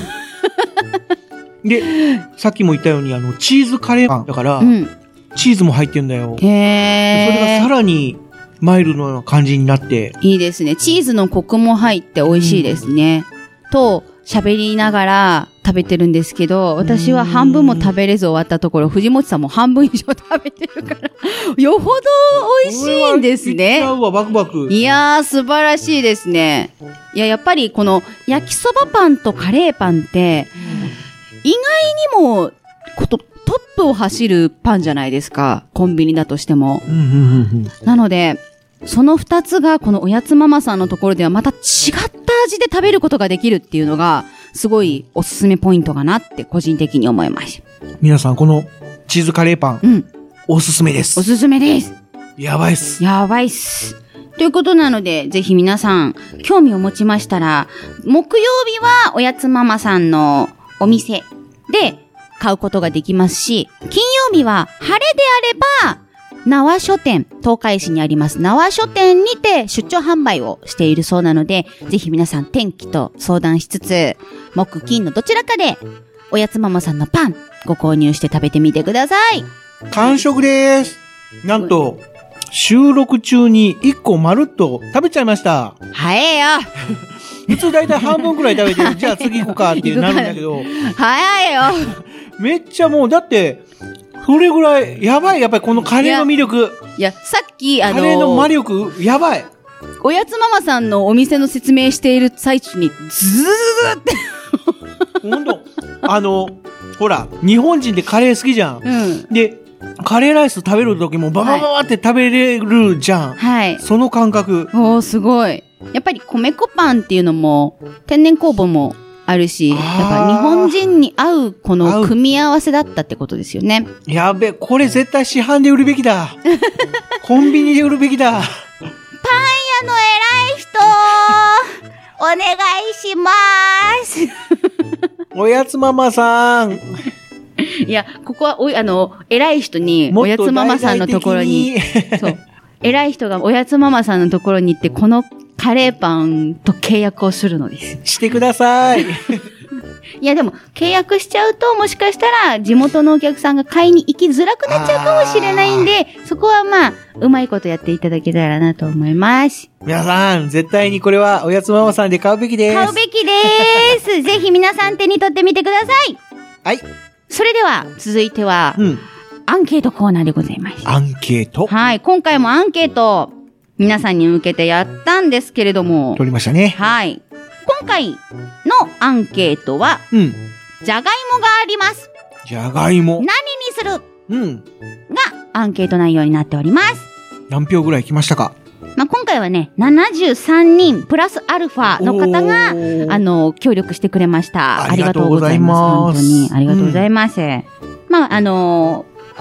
で、さっきも言ったようにチーズカレーパンだから、チーズも入ってるんだよ。それがさらにマイルドな感じになって。 いいですね。チーズのコクも入って美味しいですね。と、喋りながら食べてるんですけど、私は半分も食べれず終わったところ、藤本さんも半分以上食べてるから、よほど美味しいんですね。いやー、素晴らしいですね。いや、やっぱりこの焼きそばパンとカレーパンって、意外にもトップを走るパンじゃないですか。コンビニだとしても。なので、その二つがこのおやつママさんのところではまた違った味で食べることができるっていうのがすごいおすすめポイントかなって個人的に思います。 皆さんこのチーズカレーパン、おすすめです。 おすすめです。 やばいっす。 やばいっす。ということなのでぜひ皆さん興味を持ちましたら木曜日はおやつママさんのお店で買うことができますし、金曜日は晴れであれば縄書店、東海市にあります縄書店にて出張販売をしているそうなので、ぜひ皆さん天気と相談しつつ、木金のどちらかでおやつママさんのパンご購入して食べてみてください。 完食です。なんと、収録中に1個まるっと食べちゃいました。 早えよ。 普通だいたい半分くらい食べて、じゃあ次行こうかってなるんだけど。 早いよ。 めっちゃもう、だって、それぐらい、やばい、やっぱりこのカレーの魅力。 いや、さっき、 カレーの魔力、やばい。 おやつママさんのお店の説明している最中に、ズーって。 ほんと、ほら、日本人ってカレー好きじゃん。で、カレーライス食べる時もババババって食べれるじゃん。はい。その感覚。 おー、すごい。やっぱり米粉パンっていうのも、天然酵母もあるし、だから日本人に合うこの組み合わせだったってことですよね。 やべ、これ絶対市販で売るべきだ。コンビニで売るべきだ。パン屋の偉い人、お願いします。 おやつママさん。 いや、ここは偉い人に、おやつママさんのところに、そう、 偉い人がおやつママさんのところに行って、このカレーパンと契約をするのです。 してください。 いやでも、契約しちゃうと、もしかしたら、地元のお客さんが買いに行きづらくなっちゃうかもしれないんで、そこはまあ、うまいことやっていただけたらなと思います。 皆さん、絶対にこれはおやつママさんで買うべきです。 買うべきです。ぜひ皆さん手に取ってみてください。 はい。 それでは、続いては、アンケートコーナーでございます。 アンケート？ はい。今回もアンケート、皆さんに向けてやったんですけれども。 取りましたね。 はい。今回のアンケートは、じゃがいもがあります。 じゃがいも。 何にする？がアンケート内容になっております。 何票ぐらい来ましたか？ まあ、今回はね、73人プラスアルファの方が、協力してくれました。ありがとうございます。本当にありがとうございます。まあ、この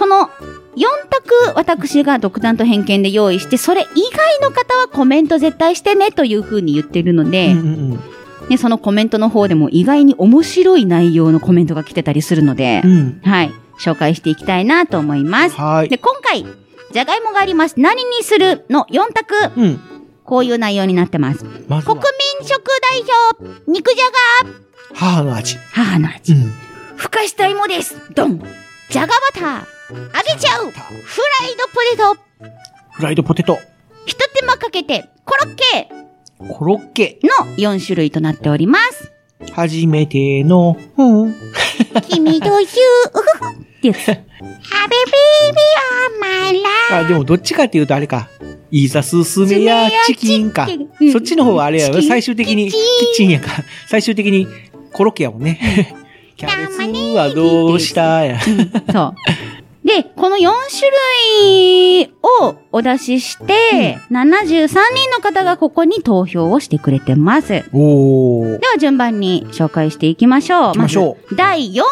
4択私が独断と偏見で用意して、それ以外の方はコメント絶対してねという風に言ってるので、ね、そのコメントの方でも意外に面白い内容のコメントが来てたりするので、はい、紹介していきたいなと思います。で、今回、じゃがいもがあります。何にするの4択。こういう内容になってます。国民食代表、肉じゃが。 母の味。 母の味。ふかした芋です。ドン。じゃがバター。揚げちゃう。フライドポテト。 フライドポテト。 ひと手間かけて、コロッケ。 コロッケ。 の4種類となっております。 初めての、 君という、ってやつ。ハビビビアマラ。 あ、でもどっちかっていうとあれか。イーザススメやチキンか。そっちの方はあれやろ。最終的に、キッチンやから。最終的にコロッケやもんね。キャベツはどうしたや。 そう。で、この4種類をお出しして、73人の方がここに投票をしてくれてます。では順番に紹介していきましょう。まず、第4位から。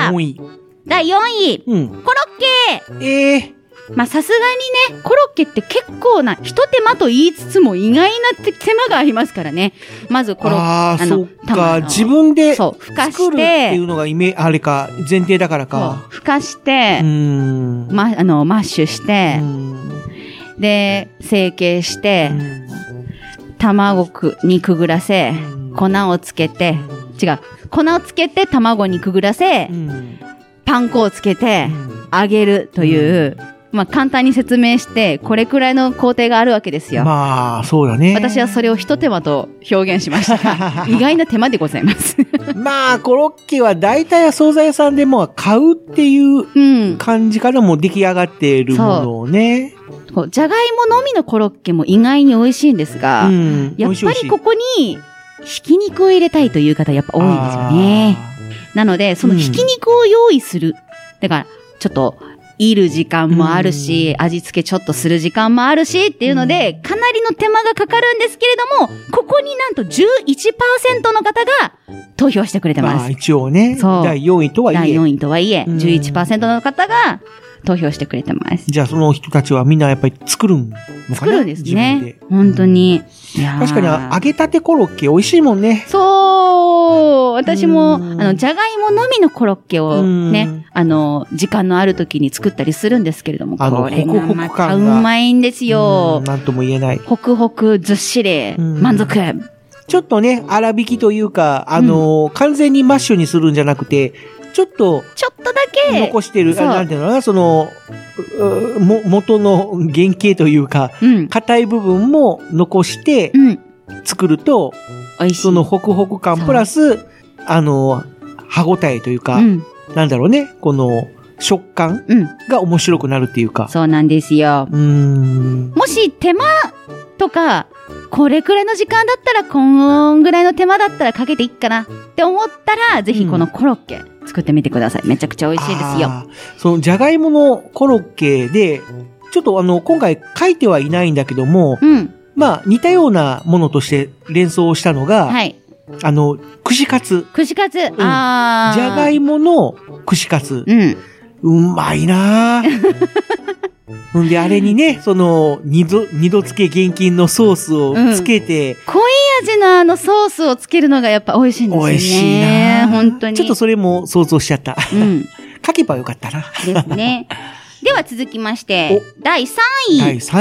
第4位。コロッケ。まあ、さすがにね、コロッケって結構な、一手間と言いつつも意外な手間がありますからね。まずコロッケ、 そっか、自分で作るっていうのがあれか、前提だからか。 ふかして、マッシュして、で、成形して、卵にくぐらせ、粉をつけて、粉をつけて卵にくぐらせ、パン粉をつけて、揚げるという、まあ簡単に説明して、これくらいの工程があるわけですよ。 まあ、そうだね。 私はそれを一手間と表現しましたが、意外な手間でございます。 まあ、コロッケは大体惣菜屋さんでも買うっていう感じからも出来上がっているものをね。 じゃがいものみのコロッケも意外に美味しいんですが、やっぱりここにひき肉を入れたいという方やっぱ多いんですよね。なので、そのひき肉を用意する。だから、ちょっと、いる時間もあるし、味付けちょっとする時間もあるしっていうので、かなりの手間がかかるんですけれども、ここになんと 11% の方が投票してくれてます。 まあ一応ね、第4位とはいえ。 第4位とはいえ、11% の方が投票してくれてます。 じゃあその人たちはみんなやっぱり作るのかな？ 作るんですね。本当に。 確かに揚げたてコロッケ美味しいもんね。 そう。私も、じゃがいものみのコロッケをね、時間のある時に作ったりするんですけれども、これがまたうまいんですよ。 なんとも言えない。 ホクホクずっしり、満足。 ちょっとね、粗挽きというか、完全にマッシュにするんじゃなくて、ちょっとだけ残してる、なんていうのかな、その、元の原型というか、硬い部分も残して作ると、そのホクホク感プラス、歯応えというか、なんだろうね、この食感が面白くなるっていうか。 そうなんですよ。もし手間とか、これくらいの時間だったら、こんぐらいの手間だったらかけていいかなって思ったら、ぜひこのコロッケ作ってみてください。めちゃくちゃ美味しいですよ。 そのじゃがいものコロッケで、ちょっと今回書いてはいないんだけども、まあ似たようなものとして連想したのが、串カツ。 串カツ。じゃがいもの串カツ。うまいなぁ。んで、あれにね、その、二度漬け現金のソースをつけて、 濃い味のソースをつけるのがやっぱ美味しいんですよね。美味しいな本当に。 ちょっとそれも想像しちゃった。書けばよかったな。 ですね。では続きまして、第3位。 第3位。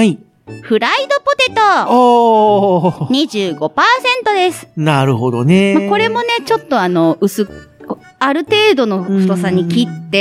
フライドポテト。25% です。 なるほどね。 これもね、ちょっとある程度の太さに切って、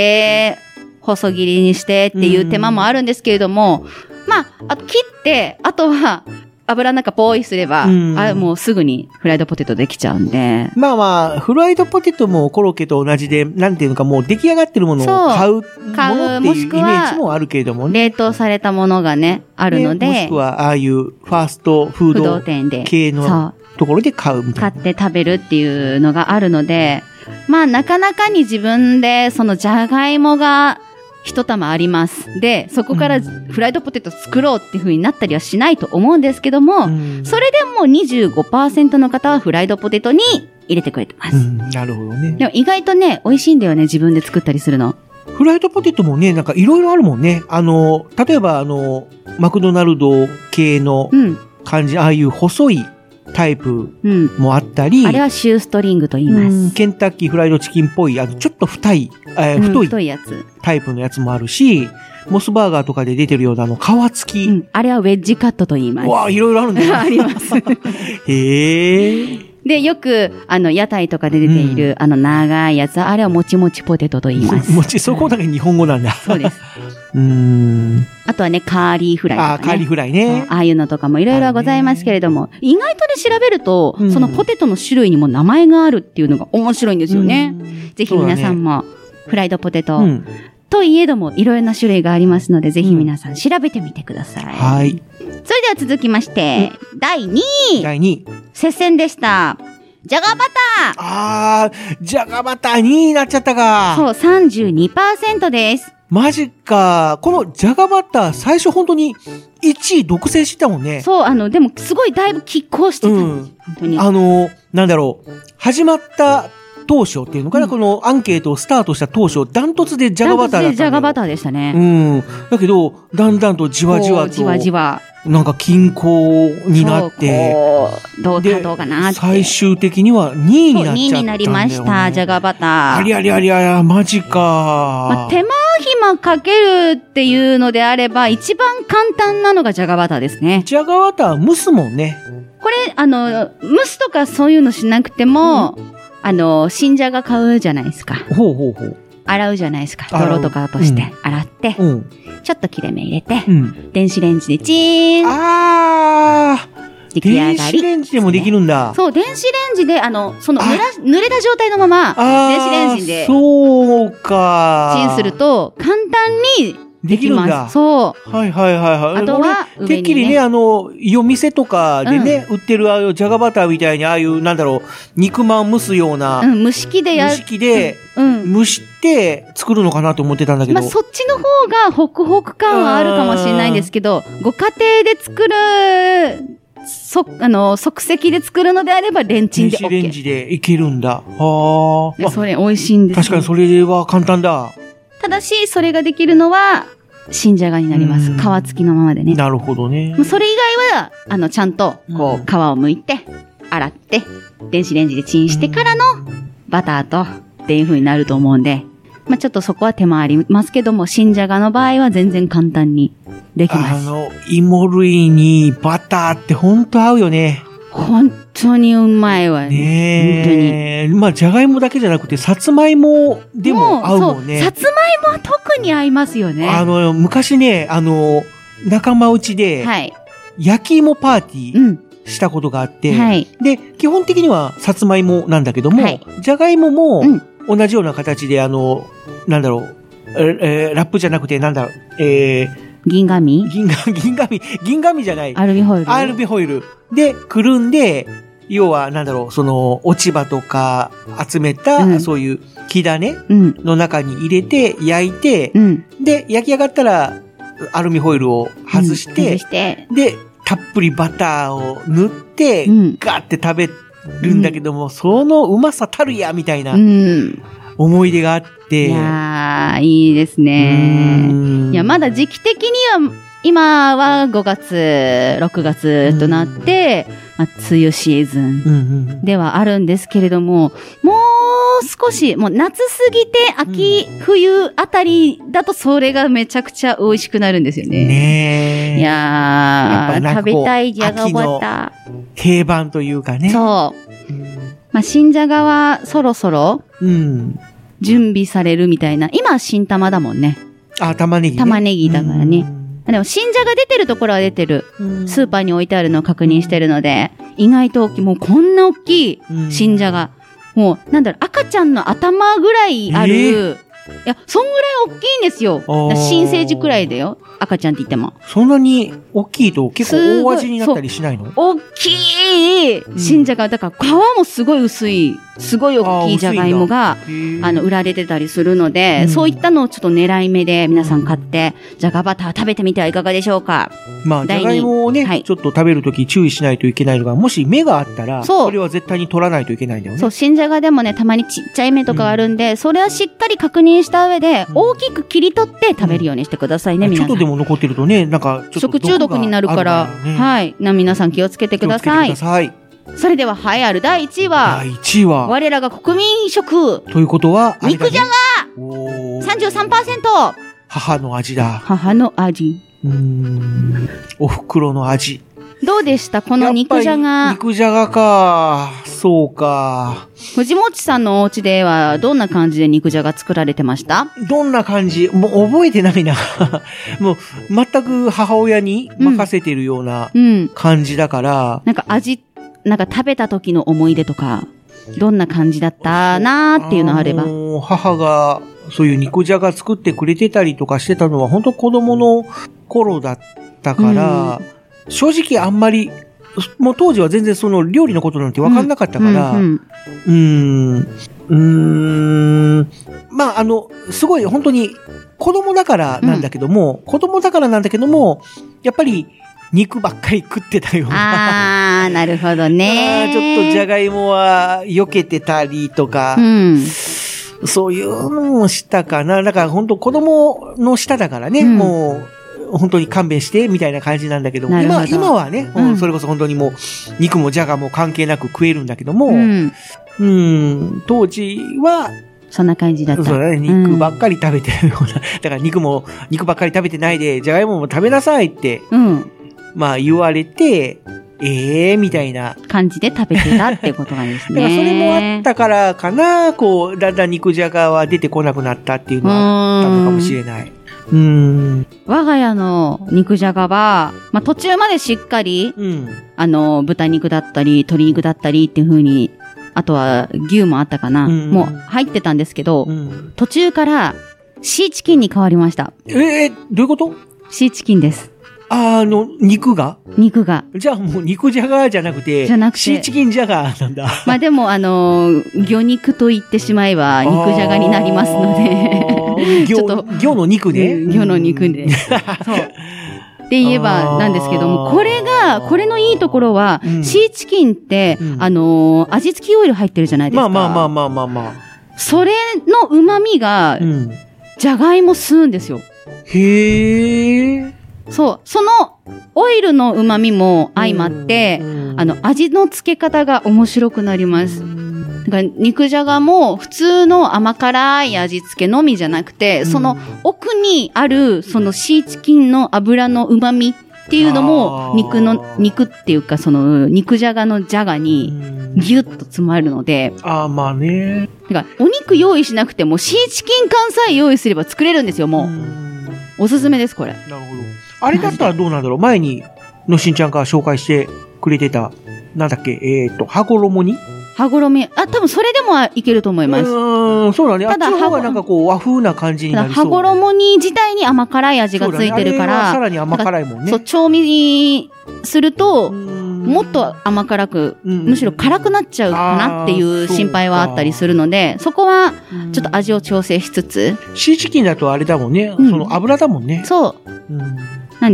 細切りにしてっていう手間もあるんですけれども、あと切って、あとは、油なんかポイすれば、もうすぐにフライドポテトできちゃうんで。 フライドポテトもコロッケと同じで、なんていうのかもう出来上がってるものを買うものっていうイメージもあるけれどもね。 冷凍されたものがね、あるので。 もしくは、ああいうファーストフード系のところで買うみたいな。 買って食べるっていうのがあるので、なかなかに自分で、そのじゃがいもが、一玉あります。で、そこからフライドポテト作ろうっていう風になったりはしないと思うんですけども、それでも 25% の方はフライドポテトに入れてくれてます。 なるほどね。 でも意外とね、美味しいんだよね、自分で作ったりするの。 フライドポテトもね、なんかいろいろあるもんね。例えばマクドナルド系の感じ、ああいう細いタイプもあったり、 あれはシューストリングと言います。 ケンタッキーフライドチキンっぽい、ちょっと太いやつ。 タイプのやつもあるし、モスバーガーとかで出てるような皮付き。 あれはウェッジカットと言います。 わあ、いろいろあるんだよ。 あります。 へえ。 で、よく、屋台とかで出ている、長いやつ、あれはもちもちポテトと言います。 そこだけ日本語なんだ。 そうです。あとはね、カーリーフライとかね。 カーリーフライね。 ああいうのとかもいろいろございますけれども、意外とね、調べると、そのポテトの種類にも名前があるっていうのが面白いんですよね。ぜひ皆さんも、フライドポテト、といえども、いろいろな種類がありますので、ぜひ皆さん調べてみてください。 はい。 それでは続きまして、第2位。接戦でした。じゃがバター。じゃがバター2位になっちゃったか。 そう、32% です。 マジか。このじゃがバター、最初本当に1位独占してたもんね。 そう、でもすごいだいぶ拮抗してたんです。本当に。 なんだろう。始まった当初っていうのかな、このアンケートをスタートした当初、ダントツでじゃがバターだった。 じゃがバターでしたね。 だけど、だんだんとじわじわと。 じわじわ。 なんか均衡になって。 どうかなって。 最終的には2位になっちゃったんだよね。2位になりました、じゃがバター。 ありゃりゃりゃ、マジか。 手間暇かけるっていうのであれば、一番簡単なのがじゃがバターですね。 じゃがバター蒸すもんね。 これ、蒸すとかそういうのしなくても、新じゃが買うじゃないですか。洗うじゃないですか。泥とか落として、洗って、ちょっと切れ目入れて、電子レンジでチーン。出来上がり。電子レンジでもできるんだ。 そう、電子レンジで、その濡れた状態のまま、電子レンジで、 そうか。 チンすると、簡単にできます。 できるんだ。 そう。 はいはいはいはい。 あとは、 てっきりね、夜店とかでね、売ってるじゃがバターみたいに、ああいう、なんだろう、肉まん蒸すような。 蒸し器で蒸し器で、蒸して作るのかなと思ってたんだけど。 そっちの方がホクホク感はあるかもしれないんですけど、ご家庭で作る、即席で作るのであればレンチンで OK。 電子レンジでいけるんだ。 それ美味しいんです。 確かにそれは簡単だ。 ただし、それができるのは、新じゃがになります。皮付きのままでね。 なるほどね。 それ以外は、ちゃんと、皮を剥いて、洗って、電子レンジでチンしてからの、バターと、っていう風になると思うんで、ちょっとそこは手間ありますけども、新じゃがの場合は全然簡単にできます。 芋類にバターってほんと合うよね。 本当にうまいわね。 本当に。じゃがいもだけじゃなくて、さつまいもでも合うもんね。 さつまいもは特に合いますよね。 昔ね、仲間内で、焼き芋パーティーしたことがあって、で、基本的にはさつまいもなんだけども、じゃがいもも同じような形で、なんだろう、ラップじゃなくて、なんだろう、 銀紙銀紙じゃない。 アルミホイル。 アルミホイル。で、くるんで、要は、なんだろう、落ち葉とか集めた、そういう木種の中に入れて、焼いて、で、焼き上がったら、アルミホイルを外して、で、たっぷりバターを塗って、ガーって食べるんだけども、そのうまさたるや、みたいな。思い出があって。 いやー、いいですね。いや、まだ時期的には、今は5月、6月となって、 梅雨シーズンではあるんですけれども、もう少し、もう夏過ぎて秋、冬あたりだとそれがめちゃくちゃ美味しくなるんですよね。 ねえ。 いやー、食べたいじゃがバター。定番というかね。 そう。まあ、新じゃがはそろそろ、準備されるみたいな。今は新玉だもんね。 あ、玉ねぎ、ね。 玉ねぎだからね。でも、新じゃが出てるところは出てる。スーパーに置いてあるのを確認してるので、意外と大きい。もうこんな大きい新じゃが。もう、なんだろう、赤ちゃんの頭ぐらいある。いや、そんぐらい大きいんですよ。新生児くらいだよ。赤ちゃんって言っても。 そんなに大きいと結構大味になったりしないの？ 大きい新じゃが。だから皮もすごい薄い、すごい大きいじゃがいもが、売られてたりするので、そういったのをちょっと狙い目で皆さん買って、じゃがバター食べてみてはいかがでしょうか。 まあ、じゃがいもをね、ちょっと食べるとき注意しないといけないのが、もし芽があったら、それは絶対に取らないといけないんだよね。 そう、新じゃがでもね、たまにちっちゃい芽とかあるんで、それはしっかり確認した上で、大きく切り取って食べるようにしてくださいね、皆さん。 ちょっとでも残ってるとね、なんかちょっと食中毒になるから、はい。皆さん気をつけてください。 気をつけてください。 それでは、栄えある第1位は、 第1位は、 我らが国民食。 ということは、 肉じゃが !33%! 母の味だ。 母の味。 お袋の味。 どうでしたこの肉じゃが。 肉じゃがか。そうか。 藤本さんのお家ではどんな感じで肉じゃが作られてました？ どんな感じ？もう覚えてないな。もう全く母親に任せてるような感じだから。 なんかなんか食べた時の思い出とか、どんな感じだったなーっていうのあれば。 母がそういう肉じゃが作ってくれてたりとかしてたのは本当子供の頃だったから、正直あんまり、もう当時は全然その料理のことなんて分かんなかったから、まあすごい本当に子供だからなんだけども、やっぱり肉ばっかり食ってたような。 なるほどね。 ちょっとじゃがいもは避けてたりとか、そういうのをしたかな。だから本当子供の舌だからね、もう本当に勘弁してみたいな感じなんだけど、今はね、それこそ本当にもう肉もじゃがも関係なく食えるんだけども、当時は、 そんな感じだった。 そうだね、肉ばっかり食べてるような。だから肉ばっかり食べてないで、じゃがいもも食べなさいって、まあ言われて、みたいな感じで食べてたってことなんですね。 だからそれもあったからかな、こう、だんだん肉じゃがは出てこなくなったっていうのはあったのかもしれない。 我が家の肉じゃがは、まあ、途中までしっかり、豚肉だったり、鶏肉だったりっていう風に、あとは牛もあったかな、もう入ってたんですけど、途中からシーチキンに変わりました。 どういうこと？ シーチキンです。 肉がじゃあもう肉じゃがじゃなくて、シーチキンじゃがなんだ。 まあでも魚肉と言ってしまえば肉じゃがになりますので。 ちょっと魚の肉ね。 魚の肉で。そう。って言えばなんですけども、これのいいところは、シーチキンって、味付きオイル入ってるじゃないですか。 まあ。 それの旨味が、じゃがいも吸うんですよ。 へー。 そう。そのオイルの旨味も相まって、味の付け方が面白くなります。だから肉じゃがも普通の甘辛い味付けのみじゃなくて、その奥にあるそのシーチキンの油の旨味っていうのも肉っていうかその肉じゃがのじゃがにギュッと詰まるので。 まあね。 だからお肉用意しなくてもシーチキン缶さえ用意すれば作れるんですよ、もう。おすすめです、これ。 なるほど。あれだったらどうなんだろう、前にのしんちゃんが紹介してくれてた、なんだっけ、羽衣に多分それでもいけると思います。 そうだね。ただ、あっちの方がなんかこう和風な感じになりそう。 羽衣に自体に甘辛い味がついてるから。 さらに甘辛いもんね。 そう、調味すると、もっと甘辛く、むしろ辛くなっちゃうかなっていう心配はあったりするので、そこはちょっと味を調整しつつ。 シーチキンだとあれだもんね。その油だもんね。 そう。なんで、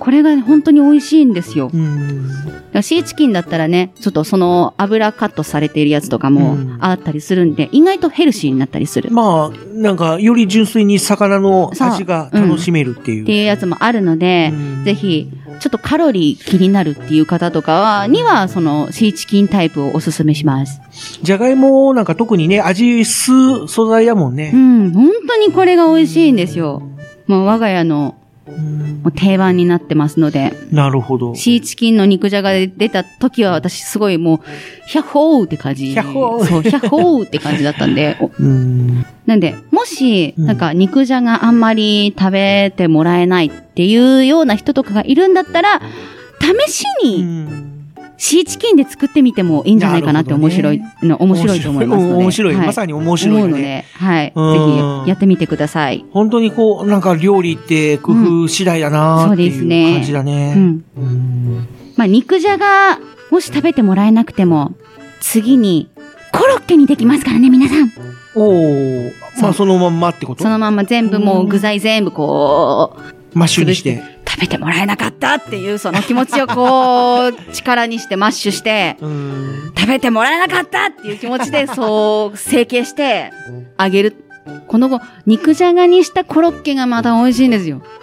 これが、ね、本当に美味しいんですよ。だからシーチキンだったらね、ちょっとその油カットされているやつとかもあったりするんで、意外とヘルシーになったりする。 まあ、なんか、より純粋に魚の味が楽しめるっていう。 っていうやつもあるので、ぜひ、ちょっとカロリー気になるっていう方とかには、そのシーチキンタイプをおすすめします。 じゃがいもなんか特にね、味吸う素材だもんね。 本当にこれが美味しいんですよ。もう我が家のもう定番になってますので。 なるほど。 シーチキンの肉じゃがで出た時は私すごいもう、ヒャッホーって感じ。 ヒャッホー。 そう、ヒャッホーって感じだったんで。なんで、もし、なんか肉じゃがあんまり食べてもらえないっていうような人とかがいるんだったら、試しに、シーチキンで作ってみてもいいんじゃないかなって面白いと思いますので。 面白い。まさに面白いので、はい。ぜひやってみてください。 本当にこう、なんか料理って工夫次第だなーっていう感じだね。 まあ、肉じゃが、もし食べてもらえなくても、次に、コロッケにできますからね、皆さん。 まあそのまんまってこと？ そのまんま全部もう具材全部こう、マッシュにして。 食べてもらえなかったっていうその気持ちをこう、力にしてマッシュして、食べてもらえなかったっていう気持ちでそう、成形してあげる。この肉じゃがにしたコロッケがまた美味しいんですよ。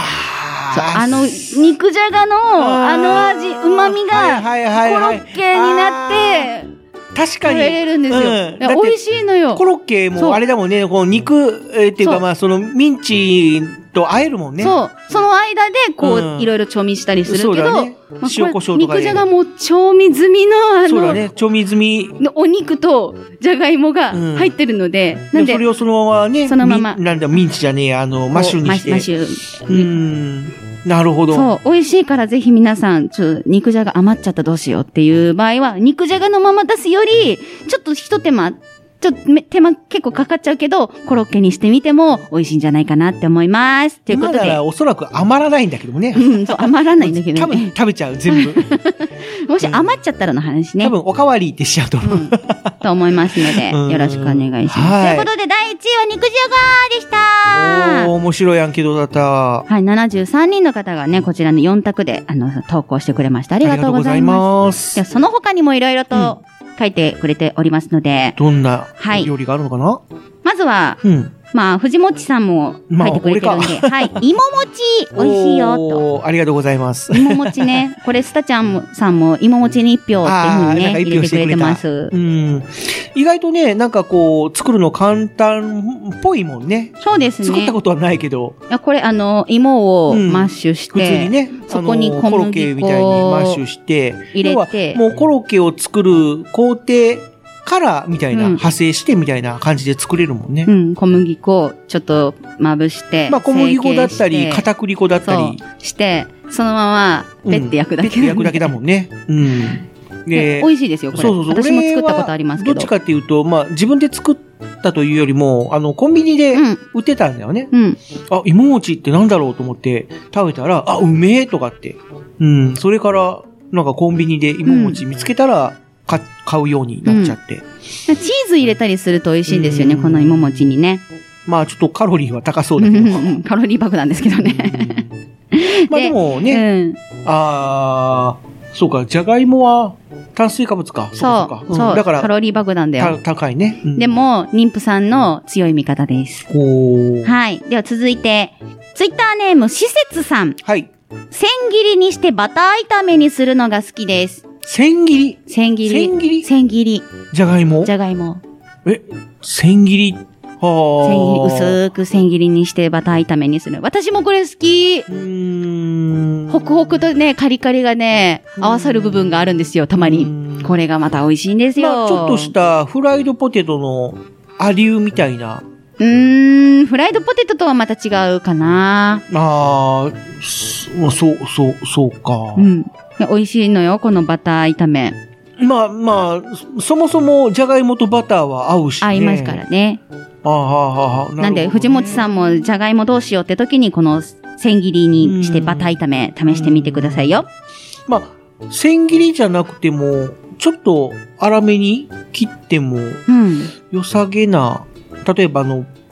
肉じゃがの味、旨味がコロッケになって、 確かに。 食べれるんですよ。美味しいのよ。 コロッケもあれだもんね、こう肉、っていうかまあそのミンチと和えるもんね。 そう。その間でこう、いろいろ調味したりするけど、 塩コショウとかで。 肉じゃがも調味済みのそうだね、調味済み。 のお肉とじゃがいもが入ってるので、 なんでそれをそのままね、 そのまま。 なんだ、ミンチじゃねえ、マッシュにして。 マッシュ。 なるほど。 そう、美味しいからぜひ皆さん、肉じゃが余っちゃったどうしようっていう場合は、肉じゃがのまま出すより、ちょっと一手間、手間結構かかっちゃうけど、コロッケにしてみても美味しいんじゃないかなって思います。ということで。 だからおそらく余らないんだけどもね。 そう、余らないんだけどね。 多分食べちゃう、全部。 もし余っちゃったらの話ね。 多分おかわりってしちゃうと思う。 と思いますので、よろしくお願いします。ということで、第1位は肉じゃがでした。 面白いアンケートだった。 はい、73人の方がね、こちらの4択で、投稿してくれました。ありがとうございます。その他にもいろいろと書いてくれておりますので。 どんな料理があるのかな？ まずは、まあ、藤もちさんも書いてくれてるんで、はい。芋餅、美味しいよ、と。 ありがとうございます。 芋餅ね。これ、スタちゃんさんも芋餅に1票っていうふうにね、入れてくれてます。 意外とね、なんかこう、作るの簡単っぽいもんね。 そうですね。 作ったことはないけど。 いや、これ、芋をマッシュして、 普通にね、 そこに小麦粉コロッケみたいにマッシュして、 入れて、 もうコロッケを作る工程、からみたいな、派生してみたいな感じで作れるもんね。 小麦粉ちょっとまぶして。 まあ小麦粉だったり、片栗粉だったり。 して、そのまま、ペッて焼くだけ。 ペッて焼くだけだもんね。 で、美味しいですよ、これ。そう。私も作ったことありますけど。 どっちかっていうと、まあ自分で作ったというよりも、コンビニで売ってたんだよね。あ、芋餅ってなんだろうと思って食べたら、あ、うめえとかって。それから、なんかコンビニで芋餅見つけたら、買うようになっちゃって、 チーズ入れたりすると美味しいんですよね、この芋餅にね。 まあちょっとカロリーは高そうだけど。 カロリー爆弾ですけどね。 まあでもね、そうか、じゃがいもは炭水化物か。 そう。だからカロリー爆弾だよ。 高いね。 でも、妊婦さんの強い味方です。はい。では続いて、ツイッターネーム、施設さん。 はい。 千切りにしてバター炒めにするのが好きです。 千切り千切り。 じゃがいも千切り薄く千切りにしてバター炒めにする。私もこれ好き。ホクホクとね、カリカリがね、合わさる部分があるんですよ、たまに。これがまた美味しいんですよ。 まあ、ちょっとしたフライドポテトのアリューみたいな。 フライドポテトとはまた違うかな。 そうか。 美味しいのよ、このバター炒め。 まあ、そもそもじゃがいもとバターは合うしね。 合いますからね。なんで、藤本さんもじゃがいもどうしようって時に、この千切りにしてバター炒め試してみてくださいよ。 まあ、千切りじゃなくても、ちょっと粗めに切っても、良さげな、例えば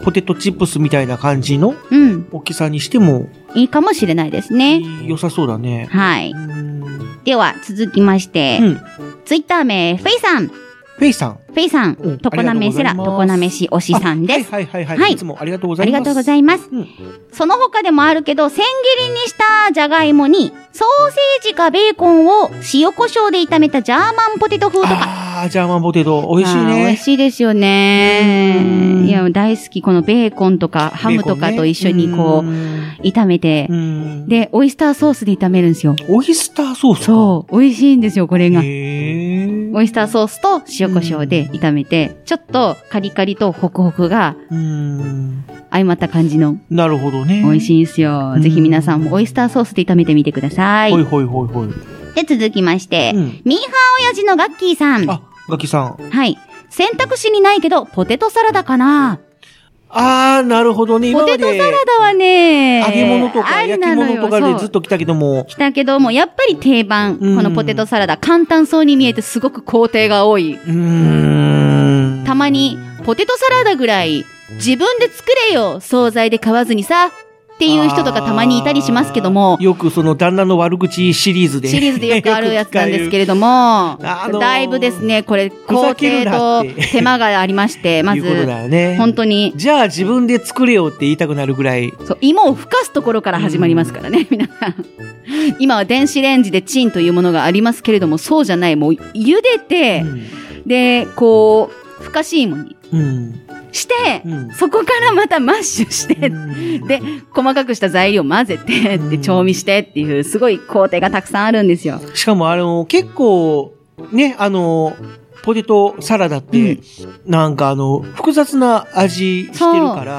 ポテトチップスみたいな感じの大きさにしても、 いいかもしれないですね。 良さそうだね。 はい。では、続きまして、ツイッター名、フェイさん。 フェイさん。 フェイさん、常滑セラ、常滑市推しさんです。 はいはいはい。いつもありがとうございます。 ありがとうございます。その他でもあるけど、千切りにしたじゃがいもに、ソーセージかベーコンを塩コショウで炒めたジャーマンポテト風とか。 ジャーマンポテト、美味しいね。 美味しいですよね。いや、大好き。このベーコンとかハムとかと一緒にこう、炒めて、で、オイスターソースで炒めるんですよ。 オイスターソースそう、美味しいんですよ、これが。オイスターソースと塩コショウで炒めて、ちょっとカリカリとホクホクが相まった感じの。 なるほどね。 美味しいんですよ。ぜひ皆さんもオイスターソースで炒めてみてください。 ほいほいほいほい。 で、続きまして、ミーハー親父のガッキーさん。 ガッキーさん。 はい。選択肢にないけど、ポテトサラダかな。 なるほどね。 ポテトサラダはね、 揚げ物とか焼き物とかでずっと来たけども。 来たけども、やっぱり定番。このポテトサラダ、簡単そうに見えてすごく工程が多い。たまに、ポテトサラダぐらい、自分で作れよ、惣菜で買わずにさ。っていう人とかたまにいたりしますけども。 よくその旦那の悪口シリーズで。 シリーズでよくあるやつなんですけれども。だいぶですね、これ、工程と手間がありまして、まず、本当に。 じゃあ自分で作れよって言いたくなるぐらい。 そう、芋をふかすところから始まりますからね、皆さん。今は電子レンジでチンというものがありますけれども、そうじゃない、もう茹でて、で、こう、ふかし芋に。して、そこからまたマッシュして、で、細かくした材料混ぜて、で、調味してっていう、すごい工程がたくさんあるんですよ。 しかも結構、ね、ポテトサラダって、なんか複雑な味してるから、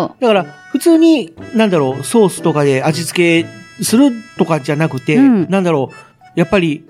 だから、普通に、なんだろう、ソースとかで味付けするとかじゃなくて、なんだろう、やっぱり、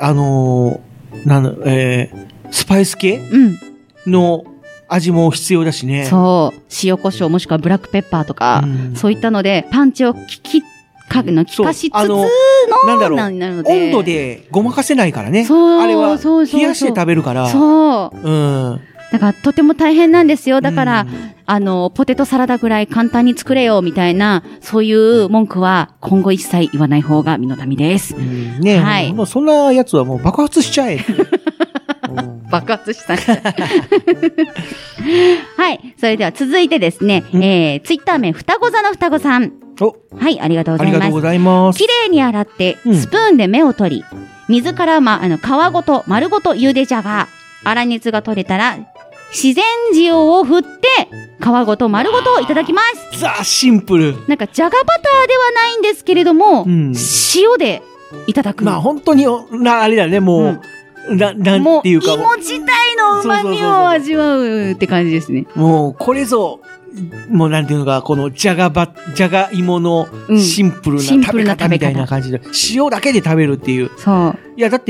スパイス系の、味も必要だしね。 そう。塩コショウもしくはブラックペッパーとか、そういったので、パンチを効かしつつの、 なんだろう、温度でごまかせないからね。 そう。 あれは、冷やして食べるから。 そう。だから、とても大変なんですよ。だから、ポテトサラダぐらい簡単に作れよ、みたいな、そういう文句は、今後一切言わない方が身のためです。 ねえ。はい。もうそんなやつはもう爆発しちゃえ。 爆発したんだ。はい。それでは続いてですね、ツイッター名、双子座の双子さん。はい、ありがとうございます。 ありがとうございます。 綺麗に洗って、スプーンで目を取り、水から皮ごと、丸ごと茹でじゃが、粗熱が取れたら、自然塩を振って、皮ごと丸ごといただきます。 ザ・シンプル。 なんか、じゃがバターではないんですけれども、塩でいただく。 まあ、本当に、あれだね、もう、なんていうか。 芋自体の旨味を味わうって感じですね。 もう、これぞ、もうなんていうのか、このじゃが芋のシンプルな食べ方みたいな感じで、塩だけで食べるっていう。 そう。 いや、だって、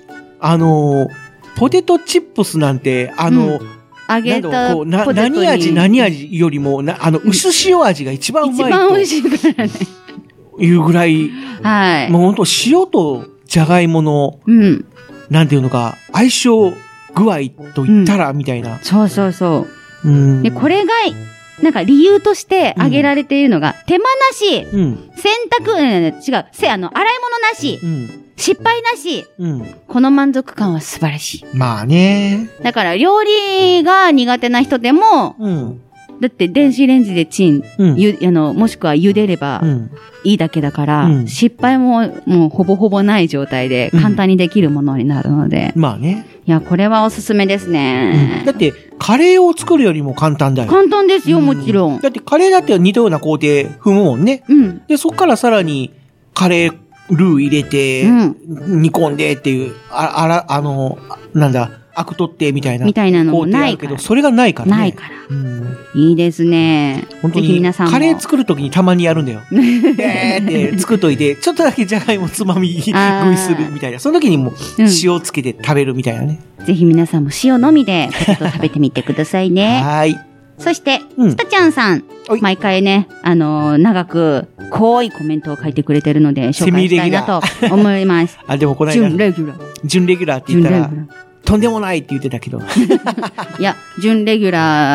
ポテトチップスなんて、 揚げたポテトに何味よりも、薄塩味が一番うまいと。 一番美味しいからね。 いうぐらい、 はい。 もう本当塩とじゃがいもの、なんていうのか、相性具合と言ったら、みたいな。 そうそうそう。で、これが、なんか理由として挙げられているのが、手間なし、洗濯、洗い物なし、失敗なし、この満足感は素晴らしい。 まあね。 だから料理が苦手な人でも、だって電子レンジでチン、もしくは茹でればいいだけだから、失敗ももうほぼほぼない状態で簡単にできるものになるので。 まあね。 いや、これはおすすめですね。 だって、カレーを作るよりも簡単だよ。 簡単ですよ、もちろん。 だってカレーだって似たような工程踏むもんね。で、そっからさらにカレールー入れて、煮込んでっていう、なんだ、アク取ってみたいなのもないけど、それがないからね。 ないから。いいですね。 本当に皆さんカレー作るときにたまにやるんだよ。って作っといて、ちょっとだけじゃがいもつまみ食いするみたいな。その時にも塩つけて食べるみたいなね。 ぜひ皆さんも塩のみでポテト食べてみてくださいね。 はい。 そして、スタちゃんさん。毎回ね、長く、濃いコメントを書いてくれてるので、紹介したいなと思います。 でもこの間、準レギュラーって言ったら、とんでもないって言ってたけど。 いや、準レギュラー、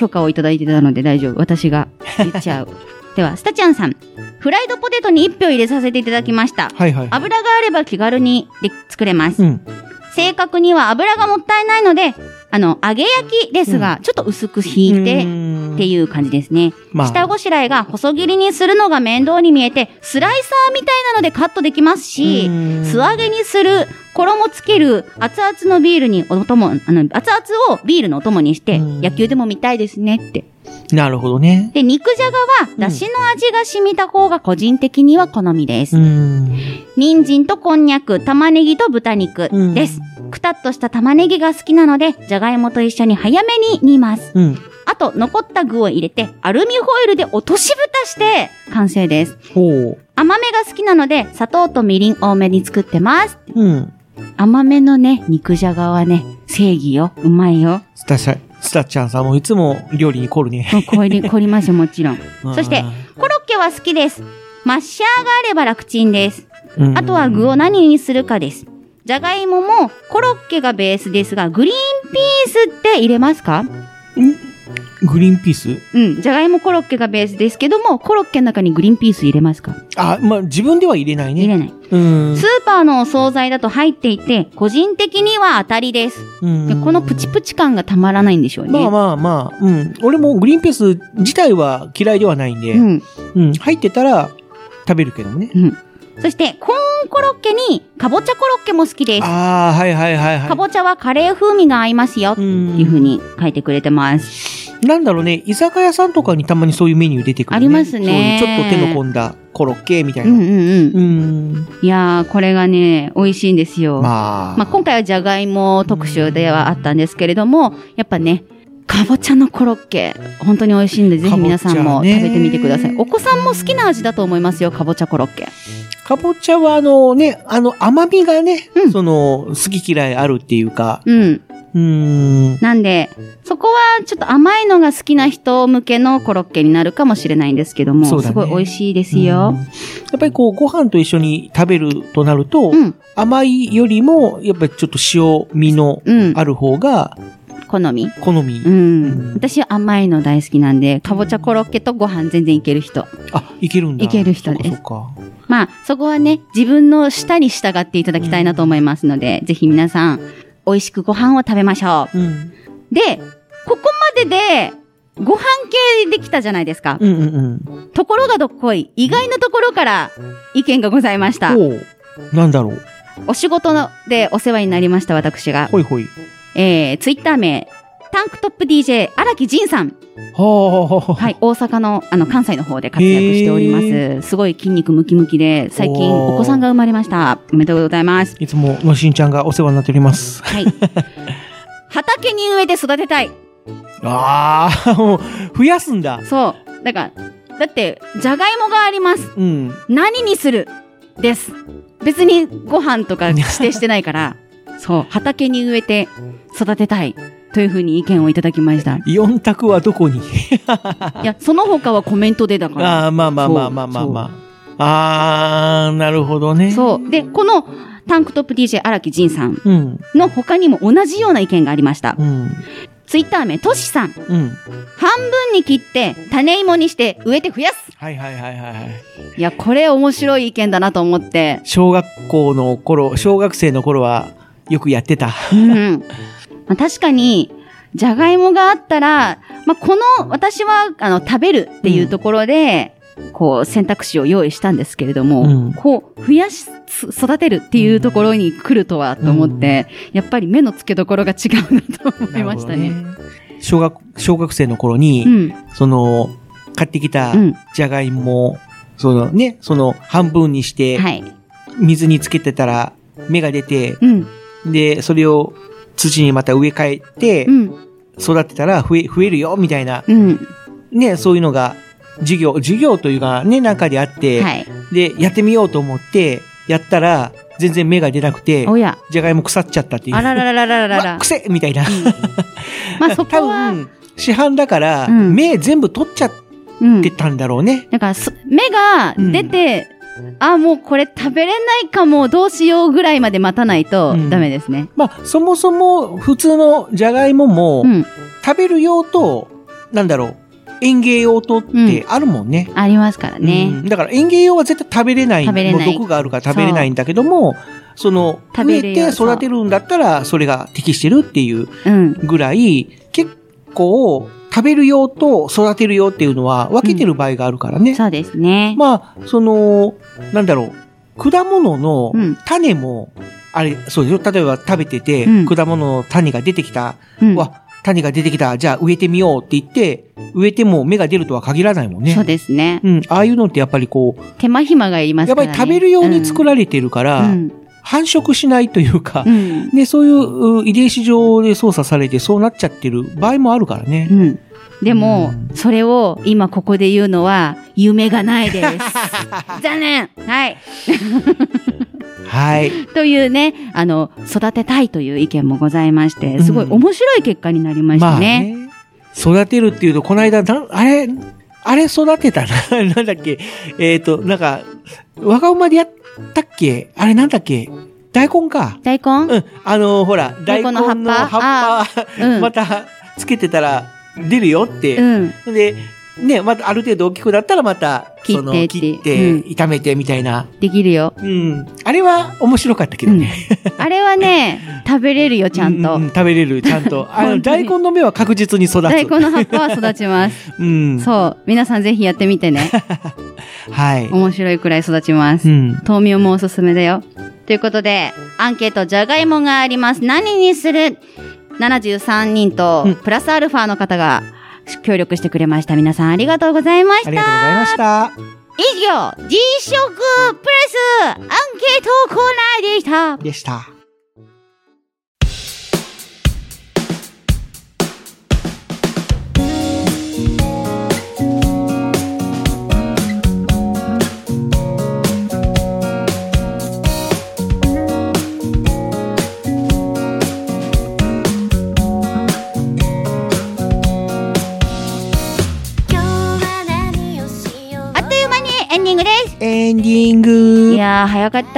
許可をいただいてたので大丈夫。私が言っちゃう。では、スタちゃんさん。フライドポテトに1票入れさせていただきました。 はいはい。 油があれば気軽に作れます。正確には油がもったいないので、揚げ焼きですが、ちょっと薄く引いてっていう感じですね。下ごしらえが細切りにするのが面倒に見えて、スライサーみたいなのでカットできますし、素揚げにする、衣つける、熱々のビールに熱々をビールのお供にして、野球でも見たいですねって。 なるほどね。 で、肉じゃがは、だしの味が染みた方が個人的には好みです。人参とこんにゃく、玉ねぎと豚肉です。くたっとした玉ねぎが好きなので、じゃがいもと一緒に早めに煮ます。あと、残った具を入れて、アルミホイルで落とし蓋して完成です。甘めが好きなので、砂糖とみりん多めに作ってます。甘めのね、肉じゃがはね、正義よ。うまいよ。 スタちゃんさんもいつも料理に凝るね。 凝りますよ、もちろん。そして、コロッケは好きです。マッシャーがあれば楽ちんです。あとは具を何にするかです。じゃがいももコロッケがベースですが、グリーンピースって入れますか？ グリーンピース？ じゃがいもコロッケがベースですけども、コロッケの中にグリーンピース入れますか？ 自分では入れないね。 入れない。スーパーのお惣菜だと入っていて、個人的には当たりです。でこのプチプチ感がたまらないんでしょうね。 俺もグリーンピース自体は嫌いではないんで、入ってたら食べるけどね。 そして、コーンコロッケに、かぼちゃコロッケも好きです。かぼちゃはカレー風味が合いますよ。っていう風に書いてくれてます。 なんだろうね、居酒屋さんとかにたまにそういうメニュー出てくるね。 ありますね。 そういうちょっと手の込んだコロッケみたいな。 いやー、これがね、美味しいんですよ。今回はじゃがいも特集ではあったんですけれども、やっぱね、かぼちゃのコロッケ、本当に美味しいんで、ぜひ皆さんも食べてみてください。お子さんも好きな味だと思いますよ、かぼちゃコロッケ。 かぼちゃは甘みがね、好き嫌いあるっていうか。 なんで、そこはちょっと甘いのが好きな人向けのコロッケになるかもしれないんですけども、すごい美味しいですよ。 やっぱりご飯と一緒に食べるとなると、甘いよりも、やっぱりちょっと塩味のある方が、 好み。 私は甘いの大好きなんで、かぼちゃコロッケとご飯全然いける人。 いけるんだ。 いける人です。そこはね、自分の舌に従っていただきたいなと思いますので、ぜひ皆さん、美味しくご飯を食べましょう。で、ここまでで、ご飯系できたじゃないですか。ところがどっこい、意外なところから意見がございました。 なんだろう。 お仕事でお世話になりました、私が。 ほいほい。 ツイッター名、タンクトップ DJ 荒木仁さん。はい、大阪の、関西の方で活躍しております。すごい筋肉ムキムキで、最近お子さんが生まれました。おめでとうございます。 いつものしんちゃんがお世話になっております。 はい。畑に植えて育てたい。 もう、増やすんだ。 そう。だって、じゃがいもがあります。何にするです。別にご飯とか指定してないから、そう、畑に植えて育てたい。というふうに意見をいただきました。 4択はどこにいや、その他はコメントでだから。 なるほどね。 そう。で、このタンクトップ DJ 荒木仁さんの他にも同じような意見がありました。ツイッター名、としさん。半分に切って種芋にして植えて増やす。いや、これ面白い意見だなと思って。 小学生の頃はよくやってた。 確かに、じゃがいもがあったら、私は、食べるっていうところで、選択肢を用意したんですけれども、増やし、育てるっていうところに来るとは、と思って、やっぱり目の付けどころが違うなと思いましたね。 小学生の頃に、買ってきたじゃがいも、半分にして、水につけてたら芽が出て、で、それを、土にまた植え替えて、育てたら増えるよ、みたいな、ね、そういうのが、授業というかね、中であって、で、やってみようと思って、やったら、全然芽が出なくて、じゃがいも腐っちゃったっていう。 あらららららら。 くせみたいな。そこは、多分、市販だから、芽全部取っちゃってたんだろうね。 だから、芽が出て、もうこれ食べれないかも、どうしようぐらいまで待たないとダメですね。 そもそも普通のじゃがいもも、食べる用となんだろう、園芸用とってあるもんね。 ありますからね。 だから園芸用は絶対食べれない。もう毒があるから食べれないんだけども、植えて育てるんだったら、それが適してるっていうぐらい、結構、食べる用と育てる用っていうのは分けてる場合があるからね。 そうですね。 まあ、なんだろう、果物の種も、あれ、そうですよ。例えば食べてて、果物の種が出てきた。種が出てきた。じゃあ植えてみようって言って、植えても芽が出るとは限らないもんね。 そうですね。 ああいうのってやっぱりこう。 手間暇がいりますからね。 やっぱり食べるように作られてるから、繁殖しないというか、ね、そういう遺伝子上で操作されてそうなっちゃってる場合もあるからね。 でも、それを今ここで言うのは夢がないです。残念。はい。 はい。 というね、育てたいという意見もございまして、すごい面白い結果になりましたね。 育てるっていうと、この間、あれ育てたな。なんだっけ。なんか、わが馬でやったっけ？あれなんだっけ？大根か。 大根？ ほら、大根の葉っぱ、またつけてたら出るよって。で、ね、またある程度大きくなったらまた、切って、炒めてみたいな。 できるよ。 あれは面白かったけどね。 あれはね、食べれるよ、ちゃんと。 食べれる、ちゃんと。大根の芽は確実に育つ。 大根の葉っぱは育ちます。そう。皆さんぜひやってみてね。 はい。 面白いくらい育ちます。豆苗もおすすめだよ。ということで、アンケート、じゃがいもがあります。何にする ?73 人と、プラスアルファの方が、協力してくれました。皆さんありがとうございました。 ありがとうございました。 以上、G 食プレスアンケートコーナーでした。エンディング。 いやー、早かった。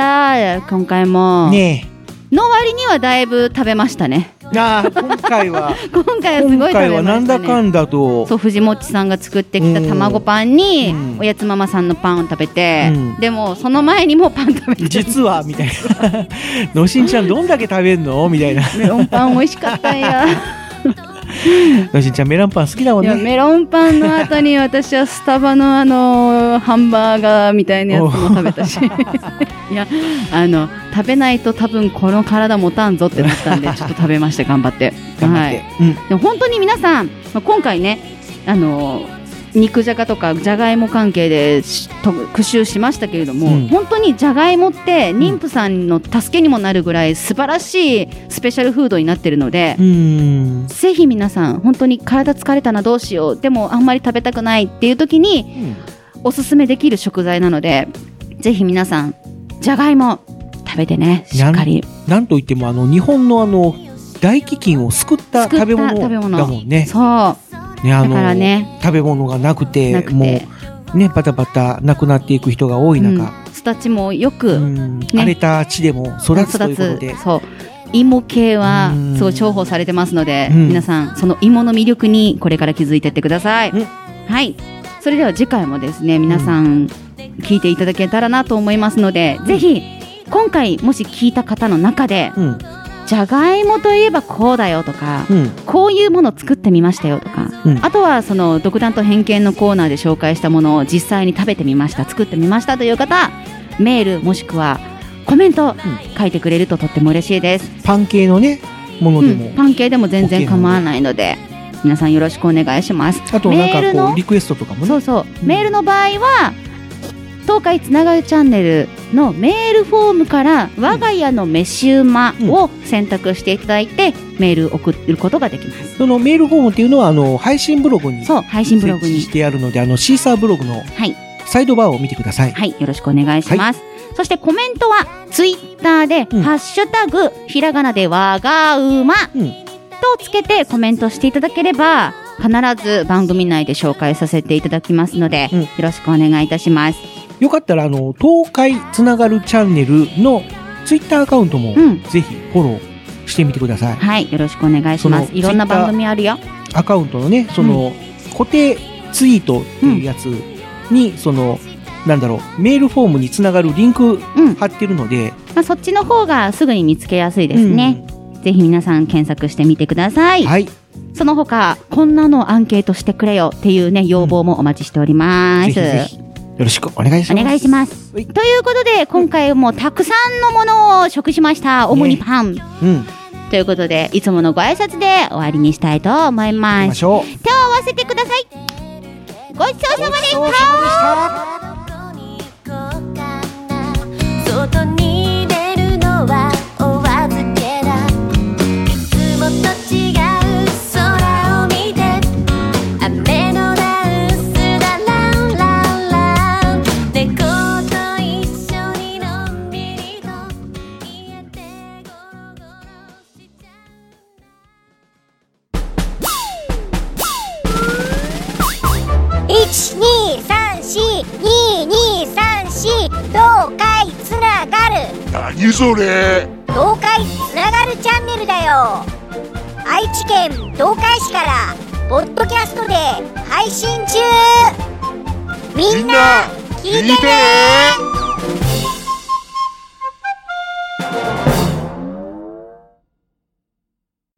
今回も。 ねえ。の割にはだいぶ食べましたね。 今回は。 今回はすごい食べましたね。今回はなんだかんだと。 そう、藤もちさんが作ってきた卵パンに、おやつママさんのパンを食べて、でも、その前にもパン食べて。 実は、みたいな。のしんちゃんどんだけ食べんのみたいな。 メロンパン美味しかったんや。 のしんちゃんメロンパン好きだもんね。 いや、メロンパンの後に私はスタバのハンバーガーみたいなやつも食べたしいや、食べないと多分この体持たんぞってなったんでちょっと食べまして頑張って、はい、でも本当に皆さん今回ね肉じゃがとかじゃがいも関係で復習しましたけれども、本当にじゃがいもって妊婦さんの助けにもなるぐらい素晴らしいスペシャルフードになってるので、ぜひ皆さん本当に体疲れたなどうしようでもあんまり食べたくないっていう時に、おすすめできる食材なのでぜひ皆さんじゃがいも食べてね、しっかり。 なんといっても日本の大飢饉を救った食べ物だもんね。 そうね、だからね、 食べ物がなくてもうねバタバタ亡くなっていく人が多い中、 育ちもよく、 荒れた地でも育つということで、 そう芋系はすごい重宝されてますので、皆さんその芋の魅力にこれから気づいていってください。はい、それでは次回もですね皆さん聞いていただけたらなと思いますので、ぜひ今回もし聞いた方の中で、じゃがいもといえばこうだよとか、こういうものを作ってみましたよとか、あとはその独断と偏見のコーナーで紹介したものを実際に食べてみました、作ってみましたという方、メールもしくはコメント書いてくれるととっても嬉しいです。 パン系のねものでも、 パン系でも全然構わないので皆さんよろしくお願いします。 あとなんかこうリクエストとかもね、 メールの場合は東海つながるチャンネルのメールフォームから我が家の飯うまを選択していただいて、メール送ることができます。 そのメールフォームっていうのは配信ブログに設置してあるので、シーサーブログのサイドバーを見てください。 はい、よろしくお願いします。そしてコメントはツイッターで、ハッシュタグひらがなでわがうまとつけてコメントしていただければ必ず番組内で紹介させていただきますので、よろしくお願いいたします。 よかったら東海つながるチャンネルのツイッターアカウントもぜひフォローしてみてください。 はい、よろしくお願いします。いろんな番組あるよ。 アカウントのね、 固定ツイートっていうやつに、そのなんだろう、メールフォームにつながるリンク貼ってるので、 そっちの方がすぐに見つけやすいですね。ぜひ皆さん検索してみてください。 はい。 その他こんなのアンケートしてくれよっていうね要望もお待ちしております。 ぜひぜひよろしくお願いします。 お願いします。ということで今回もたくさんのものを食しました。主にパン。ということでいつものご挨拶で終わりにしたいと思います。手を合わせてください。ごちそうさまでした。外に出るのはお預けだ。いつもと違う空を見て雨のダンスだランランラン。猫と一緒にのんびりと家でゴロゴロしちゃう。1234223東海つながる。 何それ？ 東海つながるチャンネルだよ。愛知県東海市からポッドキャストで配信中。みんな聞いてね。